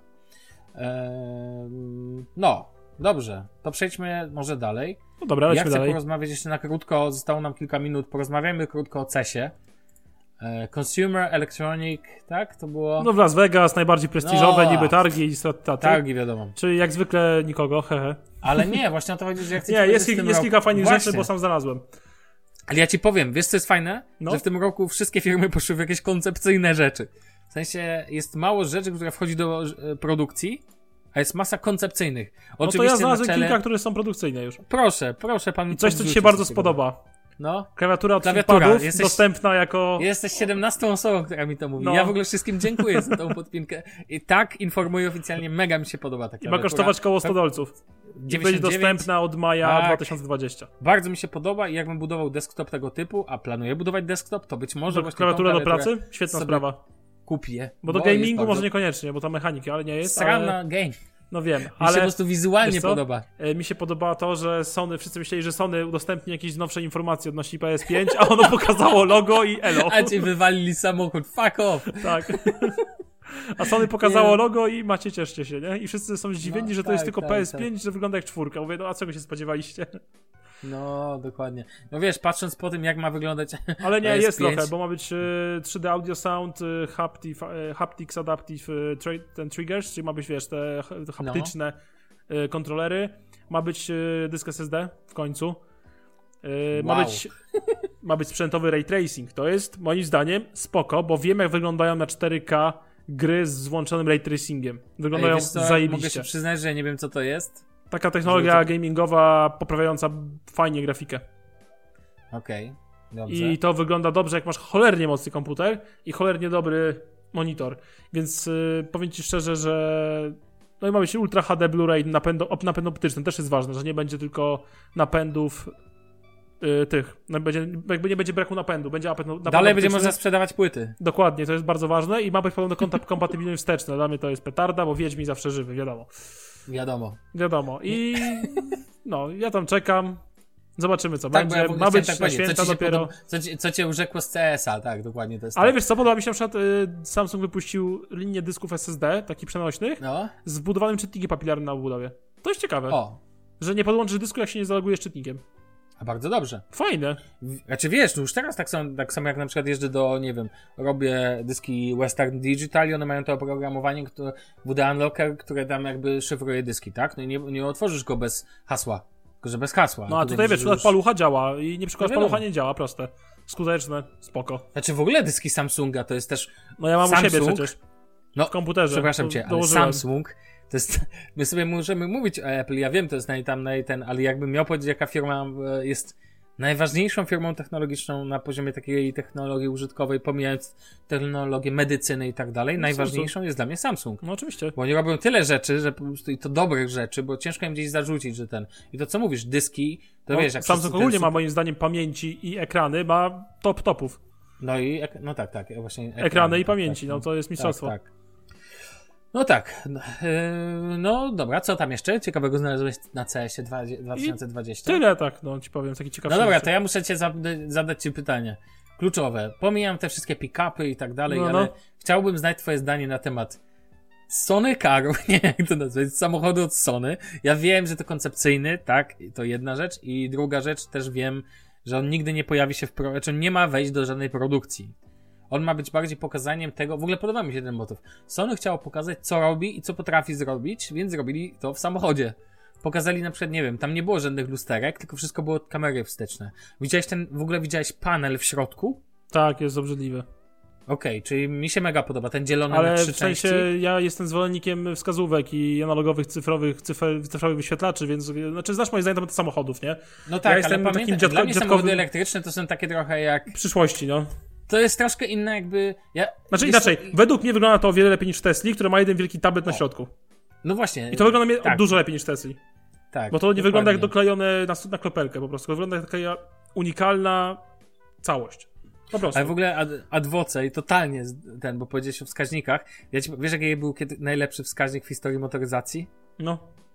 Eee, no, dobrze. To przejdźmy może dalej. No dobra, ja chcę dalej. porozmawiać jeszcze na krótko, zostało nam kilka minut, porozmawiamy krótko o cesie. E, Consumer Electronic, tak? To było... No w Las Vegas, najbardziej prestiżowe, no, niby targi i straty. Targi, wiadomo. Czyli jak zwykle nikogo, hehe. Ale nie, właśnie o to chodzi, że jak chcecie... Nie, jest, jest roku... kilka fajnych właśnie. rzeczy, bo sam znalazłem. Ale ja ci powiem, wiesz co jest fajne? No. Że w tym roku wszystkie firmy poszły w jakieś koncepcyjne rzeczy. W sensie jest mało rzeczy, które wchodzi do e, produkcji, a jest masa koncepcyjnych. Oczywiście no to ja znalazłem czele... kilka, które są produkcyjne już. Proszę, proszę pan mi coś, co ci się bardzo spodoba. No. Klawiatura od Klawiatura. Jesteś, dostępna jako... Jesteś siedemnastą osobą, która mi to mówi. No. Ja w ogóle wszystkim dziękuję za tą podpinkę. I tak informuję oficjalnie, mega mi się podoba ta klawiatura. I ma kosztować koło sto dolców. I będzie dostępna od maja tak. dwa tysiące dwudziestego. Bardzo mi się podoba i jakbym budował desktop tego typu, a planuję budować desktop, to być może do, właśnie klawiatura do pracy? Świetna sprawa. Kupię. Bo do bo gamingu może niekoniecznie, bo ta mechanika, ale nie jest. Srana ale... game. No wiem, mi ale... się po prostu wizualnie podoba. Mi się podoba to, że Sony, wszyscy myśleli, że Sony udostępni jakieś nowsze informacje odnośnie P S pięć, a ono pokazało logo i elo. A ci wywalili samochód, fuck off. Tak. A Sony pokazało logo i macie, cieszcie się, nie? I wszyscy są zdziwieni, no, że to tak, jest tylko tak, P S pięć, tak. że wygląda jak czwórka. Mówię, no a czego się spodziewaliście? No, dokładnie. No wiesz, patrząc po tym, jak ma wyglądać Ale nie, P S pięć, jest trochę, bo ma być y, trzy D audio sound, y, haptic, y, haptics adaptive y, tra- ten triggers, czyli ma być, wiesz, te, te haptyczne no. y, kontrolery. Ma być y, dysk S S D w końcu. Y, wow. ma, być, ma być sprzętowy ray tracing. To jest, moim zdaniem, spoko, bo wiem, jak wyglądają na cztery K gry z włączonym ray tracingiem. Wyglądają Ej, wiesz co, zajebiście. Mogę się przyznać, że nie wiem, co to jest. Taka technologia gamingowa poprawiająca fajnie grafikę. Okej, okay, dobrze. I to wygląda dobrze, jak masz cholernie mocny komputer i cholernie dobry monitor. Więc yy, powiem ci szczerze, że no i ma być Ultra H D Blu-ray, napęd, op, napęd optyczny, też jest ważne, że nie będzie tylko napędów yy, tych, no będzie, jakby nie będzie braku napędu, będzie napęd, napęd Dalej optyczny. będzie można sprzedawać płyty. Dokładnie, to jest bardzo ważne i ma być podobno konta- kompatybilny wsteczny. Dla mnie to jest petarda, bo Wiedźmin zawsze żywy, wiadomo. Wiadomo. Wiadomo. I no, ja tam czekam. Zobaczymy, co tak, będzie. Ja Ma być tak na święta co dopiero. Podoba, co, ci, co cię urzekło z C S a, tak, dokładnie to jest. Ale tak. wiesz co, podoba mi się na przykład y, Samsung wypuścił linię dysków S S D, takich przenośnych, no. z wbudowanym czytnikiem papilarnym na obudowie. To jest ciekawe. O. Że nie podłączysz dysku, jak się nie zalogujesz czytnikiem. A bardzo dobrze. Fajne. Znaczy wiesz, no już teraz tak samo, tak samo jak na przykład jeżdżę do, nie wiem, robię dyski Western Digital i one mają to oprogramowanie, które W D Unlocker, które tam jakby szyfruje dyski, tak? No i nie, nie otworzysz go bez hasła, tylko że bez hasła. No a tutaj wiesz, przykład już... palucha działa i nie przykład no palucha nie działa, proste. Skuteczne, spoko. Znaczy w ogóle dyski Samsunga to jest też... No ja mam Samsung, u siebie przecież. No, w komputerze. Przepraszam cię, ale dołożyłem. Samsung to jest... My sobie możemy mówić o Apple, ja wiem, to jest naj, tam naj, ten, ale jakbym miał powiedzieć, jaka firma jest najważniejszą firmą technologiczną na poziomie takiej technologii użytkowej, pomijając technologię medycyny i tak dalej, no, najważniejszą Samsung. jest dla mnie Samsung. No oczywiście. Bo oni robią tyle rzeczy, że po prostu i to dobrych rzeczy, bo ciężko im gdzieś zarzucić, że ten... I to co mówisz, dyski, to no, wiesz... jak Samsung ogólnie ma moim zdaniem pamięci i ekrany, ma top topów. No i, ek... no tak, tak, właśnie... Ekrany, ekrany i pamięci, tak, no to jest mistrzostwo. Tak, tak. No tak, yy, no dobra, co tam jeszcze ciekawego znalazłeś na C S ie dwa tysiące dwudziestym? Tyle tak, no ci powiem, taki ciekawy. No dobra, to ja muszę cię zadać ci pytanie kluczowe. Pomijam te wszystkie pick-upy i tak dalej, no, ale no. chciałbym znać twoje zdanie na temat Sony Carów, nie wiem jak to nazwać, samochodu od Sony. Ja wiem, że to koncepcyjny, tak, to jedna rzecz i druga rzecz, też wiem, że on nigdy nie pojawi się w, pro... znaczy on nie ma wejść do żadnej produkcji. On ma być bardziej pokazaniem tego, w ogóle podoba mi się ten motyw. Sony chciało pokazać, co robi i co potrafi zrobić, więc zrobili to w samochodzie. Pokazali na przykład, nie wiem, tam nie było żadnych lusterek, tylko wszystko było kamery wsteczne. Widziałeś ten, w ogóle widziałeś panel w środku? Tak, jest obrzydliwy. Okej, okay, czyli mi się mega podoba, ten dzielony ale na trzy w sensie części. Ja jestem zwolennikiem wskazówek i analogowych cyfrowych, cyfr, cyfrowych wyświetlaczy, więc znaczy znasz moje zdanie na temat samochodów, nie? No tak, ja jestem ale takim pamiętaj, dziadko, dla mnie dziadkowym... samochody elektryczne to są takie trochę jak... przyszłości, no. To jest troszkę inne jakby... Ja... Znaczy jest inaczej, to... według mnie wygląda to o wiele lepiej niż w Tesli, który ma jeden wielki tablet na środku. No właśnie. I to wygląda mnie tak. dużo lepiej niż w Tesli. Tak. Bo to nie dokładnie. wygląda jak doklejone na, na kropelkę po prostu. To wygląda jak taka unikalna całość. Po prostu. Ale w ogóle ad, adwoce i totalnie ten, bo powiedziałeś o wskaźnikach. Ja ci, wiesz jaki był kiedy, najlepszy wskaźnik w historii motoryzacji? No.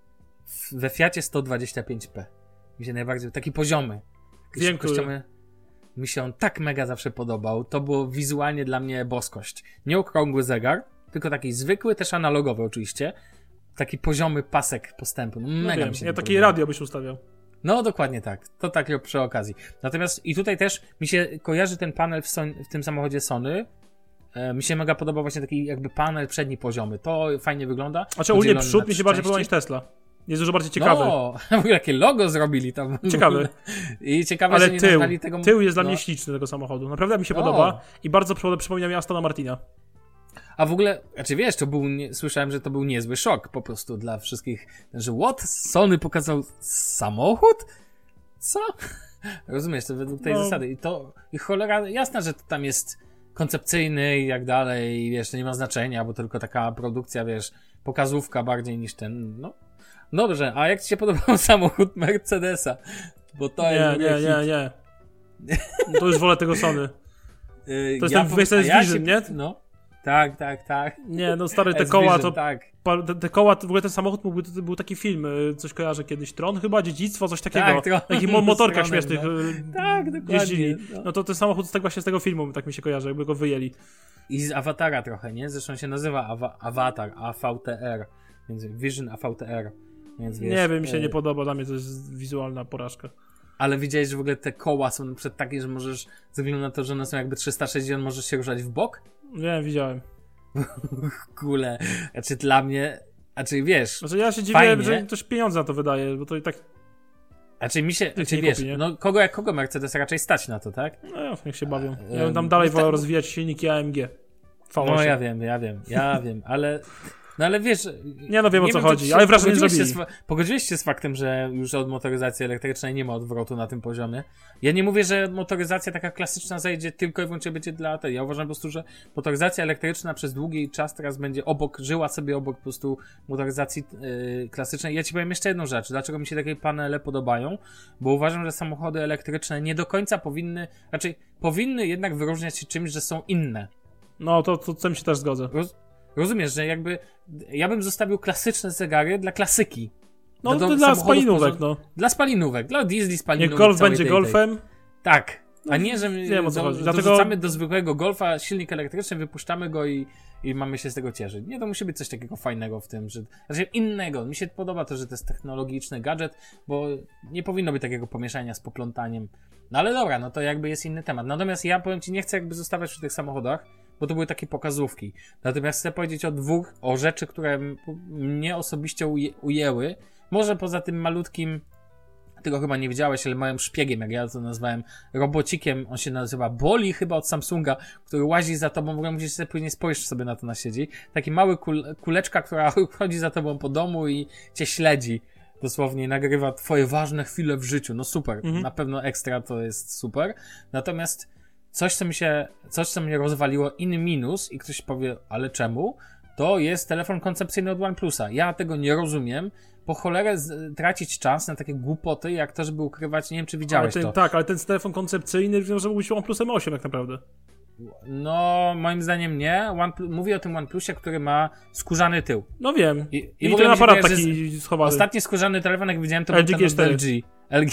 W, we Fiacie sto dwadzieścia pięć p. Mi się najbardziej, taki poziomy. Wiem, który... Mi się on tak mega zawsze podobał. To było wizualnie dla mnie boskość. Nie okrągły zegar, tylko taki zwykły, też analogowy oczywiście. Taki poziomy pasek postępu. No, mega no wiem, mi się ja to takie podobało. radio byś ustawiał. No dokładnie tak. To tak przy okazji. Natomiast i tutaj też mi się kojarzy ten panel w, Son- w tym samochodzie Sony. E, mi się mega podoba właśnie taki jakby panel przedni poziomy. To fajnie wygląda. Znaczy ogólnie przód mi się bardziej podoba niż Tesla. Jest dużo bardziej ciekawy. No, w ogóle jakie logo zrobili tam. Ciekawy. I ciekawe, ale że nie tył, nazwali tego... tył jest dla no. mnie śliczny tego samochodu. Naprawdę mi się O. podoba i bardzo przypomina mi Astona Martina. A w ogóle, znaczy wiesz, to był, nie, słyszałem, że to był niezły szok po prostu dla wszystkich, że what? Sony pokazał samochód? Co? Rozumiesz, to według tej no. zasady. I to, i cholera, jasne, że to tam jest koncepcyjny i jak dalej, i wiesz, to nie ma znaczenia, bo tylko taka produkcja, wiesz, pokazówka bardziej niż ten, no. Dobrze, a jak ci się podobał samochód Mercedesa? Bo to nie, jest... Nie, nie, nie, nie. To już wolę tego Sony. Yy, To jest ja ten Mercedes ja Vision, się, nie? No. tak, tak, tak. Nie, no stary, te S-Vision, koła to... tak. Te, te koła, w ogóle ten samochód mógł, to był taki film, coś kojarzę kiedyś, Tron chyba, Dziedzictwo, coś takiego. Tak, Tron. Takich mo- motorkach Tronem, śmiesznych no. Tak, dokładnie. jeździli. No. No to ten samochód z tak właśnie z tego filmu tak mi się kojarzy, jakby go wyjęli. I z Awatara trochę, nie? Zresztą się nazywa Awa- Avatar, A V T R, więc Vision A V T R. Więc wiesz, Nie wiem, mi się y- nie podoba, dla mnie to jest wizualna porażka. Ale widziałeś, że w ogóle te koła są na przykład takie, że możesz, ze względu na to, że one są jakby trzysta sześćdziesiąt, możesz się ruszać w bok? Nie, widziałem. Kule. Znaczy dla mnie, znaczy wiesz... Znaczy ja się dziwię, fajnie. że ktoś pieniądze na to wydaje, bo to i tak... Znaczy mi się, znaczy nie wiesz, kupi, nie? no kogo jak kogo Mercedes raczej stać na to, tak? No, niech się bawią. A, Ja bym tam em, dalej no wolał tak- rozwijać silniki A M G. V osiem. No ja wiem, ja wiem, ja wiem, ale... No ale wiesz... Nie no, wiem o co czy chodzi, się ale wrażenie pogodziłeś się zrobili. z, fa- pogodziłeś się z faktem, że już od motoryzacji elektrycznej nie ma odwrotu na tym poziomie. Ja nie mówię, że motoryzacja taka klasyczna zajdzie tylko i wyłącznie będzie dla tej. Ja uważam po prostu, że motoryzacja elektryczna przez długi czas teraz będzie obok, żyła sobie obok po prostu motoryzacji yy, klasycznej. Ja ci powiem jeszcze jedną rzecz. Dlaczego mi się takie panele podobają? Bo uważam, że samochody elektryczne nie do końca powinny, raczej powinny jednak wyróżniać się czymś, że są inne. No to, to z tym się też zgodzę. Roz, rozumiesz, że jakby ja bym zostawił klasyczne zegary dla klasyki. No do to dla samochodów spalinówek, porząd- no. Dla spalinówek, dla diesli spalinówek. Niech golf całej będzie tej- golfem. Tak, a nie, że wiem, o co do, chodzi. Dlatego... Dlatego- dorzucamy do zwykłego golfa silnik elektryczny, wypuszczamy go i, i mamy się z tego cieszyć. Nie, to musi być coś takiego fajnego w tym, że znaczy innego. Mi się podoba to, że to jest technologiczny gadżet, bo nie powinno być takiego pomieszania z poplątaniem. No ale dobra, no to jakby jest inny temat. Natomiast ja powiem ci, nie chcę jakby zostawać przy tych samochodach, bo to były takie pokazówki. Natomiast chcę powiedzieć o dwóch, o rzeczy, które m- mnie osobiście uje, ujęły. Może poza tym malutkim, tego chyba nie widziałeś, ale małym szpiegiem, jak ja to nazwałem, robocikiem, on się nazywa Boli chyba od Samsunga, który łazi za tobą, w ogóle musisz sobie później spojrzeć sobie na to na siedzi. Taki mały kul, kuleczka, która chodzi za tobą po domu i cię śledzi. Dosłownie nagrywa twoje ważne chwile w życiu. No super, Mhm. na pewno ekstra to jest super. Natomiast coś, co mi się, coś, co mnie rozwaliło, inny minus i ktoś powie, ale czemu? To jest telefon koncepcyjny od OnePlusa. Ja tego nie rozumiem. Po cholerę z, tracić czas na takie głupoty, jak to, żeby ukrywać, nie wiem, czy Ale widziałeś ten, to. tak, ale ten telefon koncepcyjny może mógł być OnePlusem osiem tak naprawdę. No, moim zdaniem nie. OnePlus, mówię o tym OnePlusie, który ma skórzany tył. No wiem. I, I, i w I ogóle ten mi się aparat wydaje, że taki schowany. Ostatni skórzany telefon, jak widziałem, to L G był G ten cztery. L G. L G.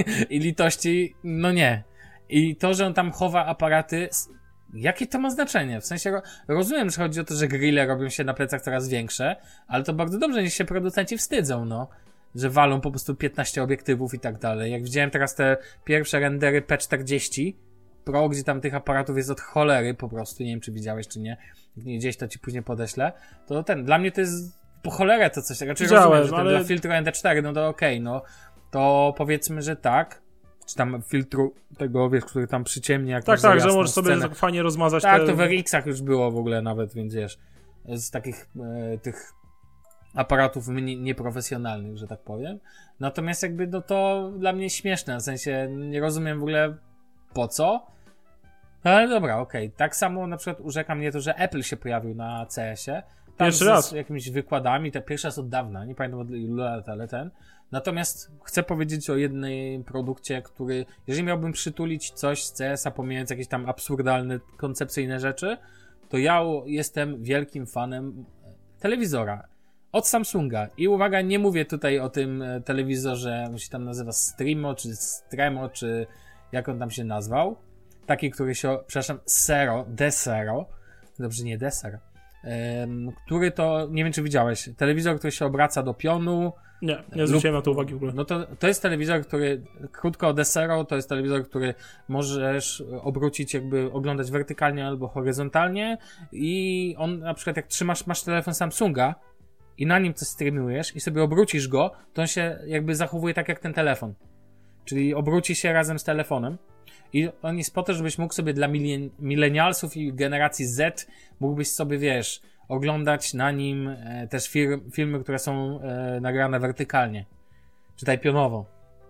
I litości, no nie. I to, że on tam chowa aparaty, s- jakie to ma znaczenie? W sensie ro- rozumiem, że chodzi o to, że grille robią się na plecach coraz większe, ale to bardzo dobrze, niech się producenci wstydzą, no. Że walą po prostu piętnaście obiektywów i tak dalej. Jak widziałem teraz te pierwsze rendery P czterdzieści Pro, gdzie tam tych aparatów jest od cholery po prostu, nie wiem, czy widziałeś, czy nie. Jak nie gdzieś to ci później podeślę. To ten, dla mnie to jest po cholerę to coś. Znaczy Widziałem, rozumiem, że ten ale- dla filtru N D cztery, no to okej, no. To powiedzmy, że tak. Czy tam filtru tego, wiesz, który tam przyciemnia jak Tak, masz za tak, że jasną możesz sobie scenę. tak fajnie rozmazać Tak, te... to w R X-ach już było w ogóle nawet, więc wiesz, z takich e, tych aparatów mniej- nieprofesjonalnych, że tak powiem. Natomiast jakby no to dla mnie śmieszne, w sensie nie rozumiem w ogóle po co. No ale dobra, okej. Tak samo na przykład urzeka mnie to, że Apple się pojawił na C S-ie. Tam Pierwszy z, raz. z jakimiś wykładami, to pierwszy raz od dawna, nie pamiętam od ilu lat, ale ten. Natomiast chcę powiedzieć o jednym produkcie, który, jeżeli miałbym przytulić coś z C S-a, pomijając jakieś tam absurdalne, koncepcyjne rzeczy, to ja jestem wielkim fanem telewizora od Samsunga. I uwaga, nie mówię tutaj o tym e, telewizorze, on się tam nazywa Streamo, czy Stremo, czy jak on tam się nazwał. Taki, który się, przepraszam, Sero, Desero, dobrze, nie Deser, em, który to, nie wiem czy widziałeś, telewizor, który się obraca do pionu. Nie, nie zwróciłem na to uwagi w ogóle. No to, to jest telewizor, który, krótko o Desero, to jest telewizor, który możesz obrócić, jakby oglądać wertykalnie albo horyzontalnie i on na przykład jak trzymasz, masz telefon Samsunga i na nim coś streamujesz i sobie obrócisz go, to on się jakby zachowuje tak jak ten telefon. Czyli obróci się razem z telefonem. I on jest po to, żebyś mógł sobie dla milen- milenialsów i generacji Z mógłbyś sobie, wiesz, oglądać na nim e, też fir- filmy, które są e, nagrane wertykalnie. Czytaj pionowo.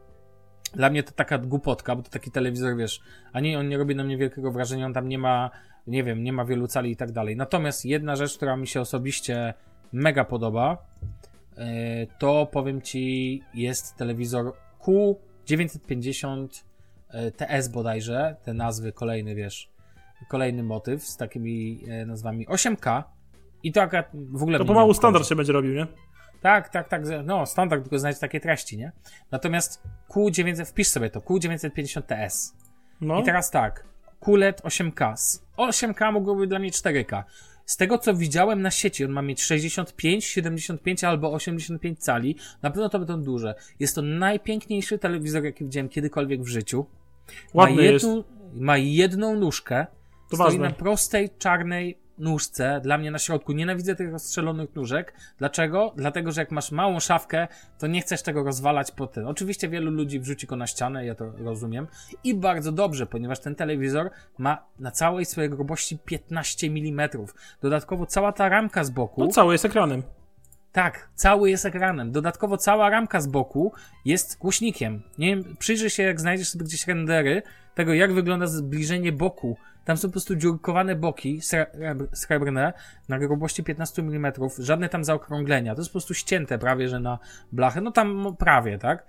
Dla mnie to taka głupotka, bo to taki telewizor, wiesz, ani on nie robi na mnie wielkiego wrażenia, on tam nie ma, nie wiem, nie ma wielu cali i tak dalej. Natomiast jedna rzecz, która mi się osobiście mega podoba, e, to powiem ci, jest telewizor Q dziewięćset pięćdziesiąt T S bodajże, te nazwy kolejne, wiesz, kolejny motyw z takimi e, nazwami osiem K i to akurat w ogóle... To pomału standard się będzie robił, nie? Tak, tak, tak, no standard, tylko znać takie treści, nie? Natomiast Q dziewięćset, wpisz sobie to, Q dziewięćset pięćdziesiąt T S. No. I teraz tak, Q L E D osiem K. osiem K mogłoby być dla mnie cztery K. Z tego, co widziałem na sieci, on ma mieć sześćdziesiąt pięć, siedemdziesiąt pięć albo osiemdziesiąt pięć cali. Na pewno to będą duże. Jest to najpiękniejszy telewizor, jaki widziałem kiedykolwiek w życiu. Ładny ma jedną, jest. Ma jedną nóżkę. To stoi ważne. na prostej, czarnej nóżce. Dla mnie na środku. Nienawidzę tych rozstrzelonych nóżek. Dlaczego? Dlatego, że jak masz małą szafkę, to nie chcesz tego rozwalać po tym. Oczywiście wielu ludzi wrzuci go na ścianę, ja to rozumiem. I bardzo dobrze, ponieważ ten telewizor ma na całej swojej grubości piętnaście milimetrów. Dodatkowo cała ta ramka z boku... No cały jest ekranem. Tak, cały jest ekranem. Dodatkowo cała ramka z boku jest głośnikiem. Nie wiem, przyjrzyj się, jak znajdziesz sobie gdzieś rendery tego, jak wygląda zbliżenie boku. Tam są po prostu dziurkowane boki srebrne na grubości piętnaście milimetrów. Żadne tam zaokrąglenia. To jest po prostu ścięte prawie, że na blachę. No tam prawie, tak?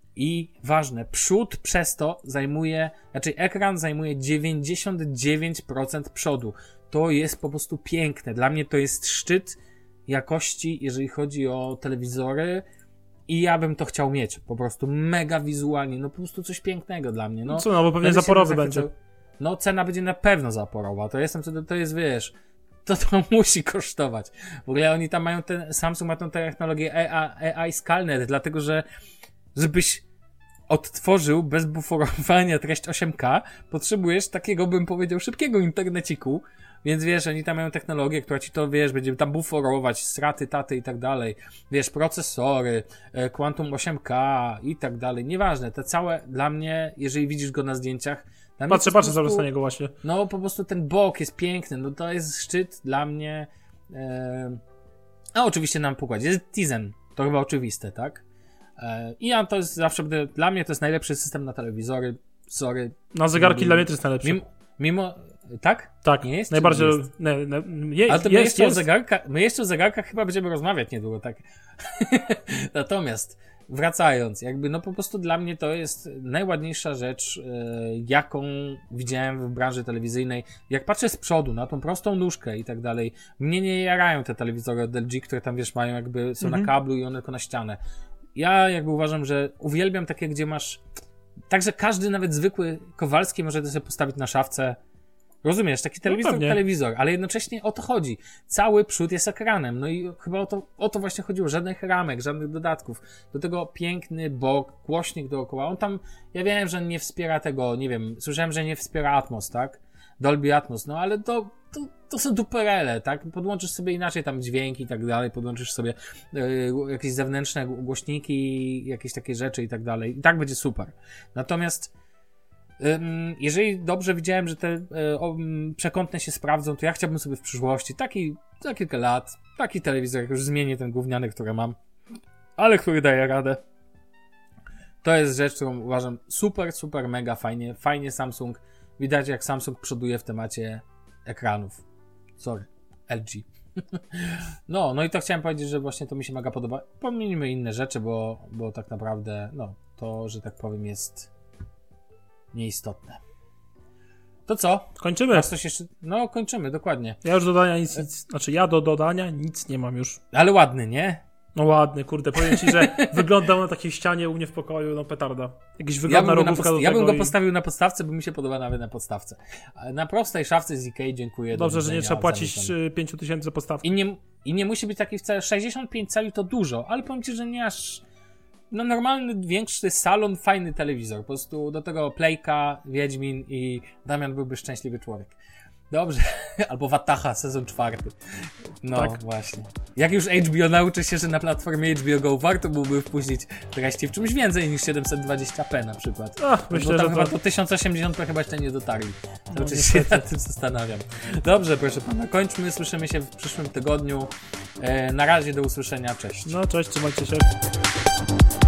I ważne, przód przez to zajmuje, znaczy ekran zajmuje dziewięćdziesiąt dziewięć procent przodu. To jest po prostu piękne. Dla mnie to jest szczyt jakości, jeżeli chodzi o telewizory i ja bym to chciał mieć. Po prostu mega wizualnie. No po prostu coś pięknego dla mnie. No, Co, no bo pewnie zaporowy będzie. No cena będzie na pewno zaporowa. To jestem, to, to jest, wiesz, to to musi kosztować. W ogóle oni tam mają ten, Samsung ma tą technologię A I Scaler, dlatego że żebyś odtworzył bez buforowania treść osiem K, potrzebujesz takiego, bym powiedział, szybkiego interneciku. Więc wiesz, oni tam mają technologię, która ci to, wiesz, będzie tam buforować, straty, taty i tak dalej. Wiesz, procesory, Quantum osiem K i tak dalej. Nieważne, te całe, dla mnie, jeżeli widzisz go na zdjęciach... Patrzę, patrzę zaraz na niego właśnie. No, po prostu ten bok jest piękny, no to jest szczyt dla mnie... E... A oczywiście na pokładzie jest Tizen, to chyba oczywiste, tak? E... I ja to jest zawsze, dla mnie to jest najlepszy system na telewizory, sorry. Na zegarki mimo, dla mnie to jest najlepszy. Mimo... mimo tak? Tak, nie jest, najbardziej. Nie jest? Nie, nie, jest, Ale to my, jest, jeszcze jest. O zegarka, my jeszcze o zegarkach chyba będziemy rozmawiać niedługo, tak? Natomiast wracając, jakby no po prostu dla mnie to jest najładniejsza rzecz, yy, jaką widziałem w branży telewizyjnej. Jak patrzę z przodu na tą prostą nóżkę i tak dalej, mnie nie jarają te telewizory od L G, które tam wiesz mają jakby są mhm. na kablu i one tylko na ścianę. Ja jakby uważam, że uwielbiam takie, gdzie masz także każdy, nawet zwykły Kowalski może to sobie postawić na szafce. Rozumiesz, taki telewizor, no telewizor, ale jednocześnie o to chodzi. Cały przód jest ekranem, no i chyba o to, o to właśnie chodziło. Żadnych ramek, żadnych dodatków. Do tego piękny bok, głośnik dookoła. On tam, ja wiem, że nie wspiera tego, nie wiem, słyszałem, że nie wspiera Atmos, tak? Dolby Atmos, no ale to, to, to są duperele, tak? Podłączysz sobie inaczej tam dźwięki i tak dalej, podłączysz sobie yy, jakieś zewnętrzne głośniki, jakieś takie rzeczy i tak dalej. I tak będzie super. Natomiast jeżeli dobrze widziałem, że te przekątne się sprawdzą, to ja chciałbym sobie w przyszłości taki, za kilka lat, taki telewizor, jak już zmienię ten gówniany, który mam, ale który daje radę. To jest rzecz, którą uważam super, super, mega fajnie. Fajnie Samsung. Widać, jak Samsung przoduje w temacie ekranów. Sorry, L G. No, no i to chciałem powiedzieć, że właśnie to mi się mega podoba. Pomijmy inne rzeczy, bo, bo tak naprawdę, no, to, że tak powiem, jest nieistotne. To co? Kończymy. Masz coś jeszcze? No, kończymy, dokładnie. Ja już dodania nic, nic, znaczy ja do dodania nic nie mam już. Ale ładny, nie? No ładny, kurde, powiem ci, że wyglądał na takiej ścianie u mnie w pokoju, no petarda. Jakiś wygodna ja robówka do Ja tego bym go i... postawił na podstawce, bo mi się podoba nawet na podstawce. Na prostej szafce z Ikei dziękuję. Dobrze, że nie trzeba płacić pięć tysięcy za podstawkę. I nie, I nie musi być taki wcale, sześćdziesiąt pięć cali to dużo, ale powiem ci, że nie aż... No normalny, większy salon, fajny telewizor. Po prostu do tego Playka, Wiedźmin i Damian byłby szczęśliwy człowiek. Dobrze. Albo Wataha, sezon czwarty. No tak. Właśnie. Jak już H B O nauczy się, że na platformie H B O Go warto byłoby wpuścić treści w czymś więcej niż siedemset dwadzieścia p na przykład. Ach, myślę, bo tam że chyba to... do tysiąc osiemdziesiąt p chyba jeszcze nie dotarli. No, Cały czas się nad tym zastanawiam. Dobrze, proszę pana, kończmy. Słyszymy się w przyszłym tygodniu. E, na razie, do usłyszenia. Cześć. No, cześć, trzymajcie się.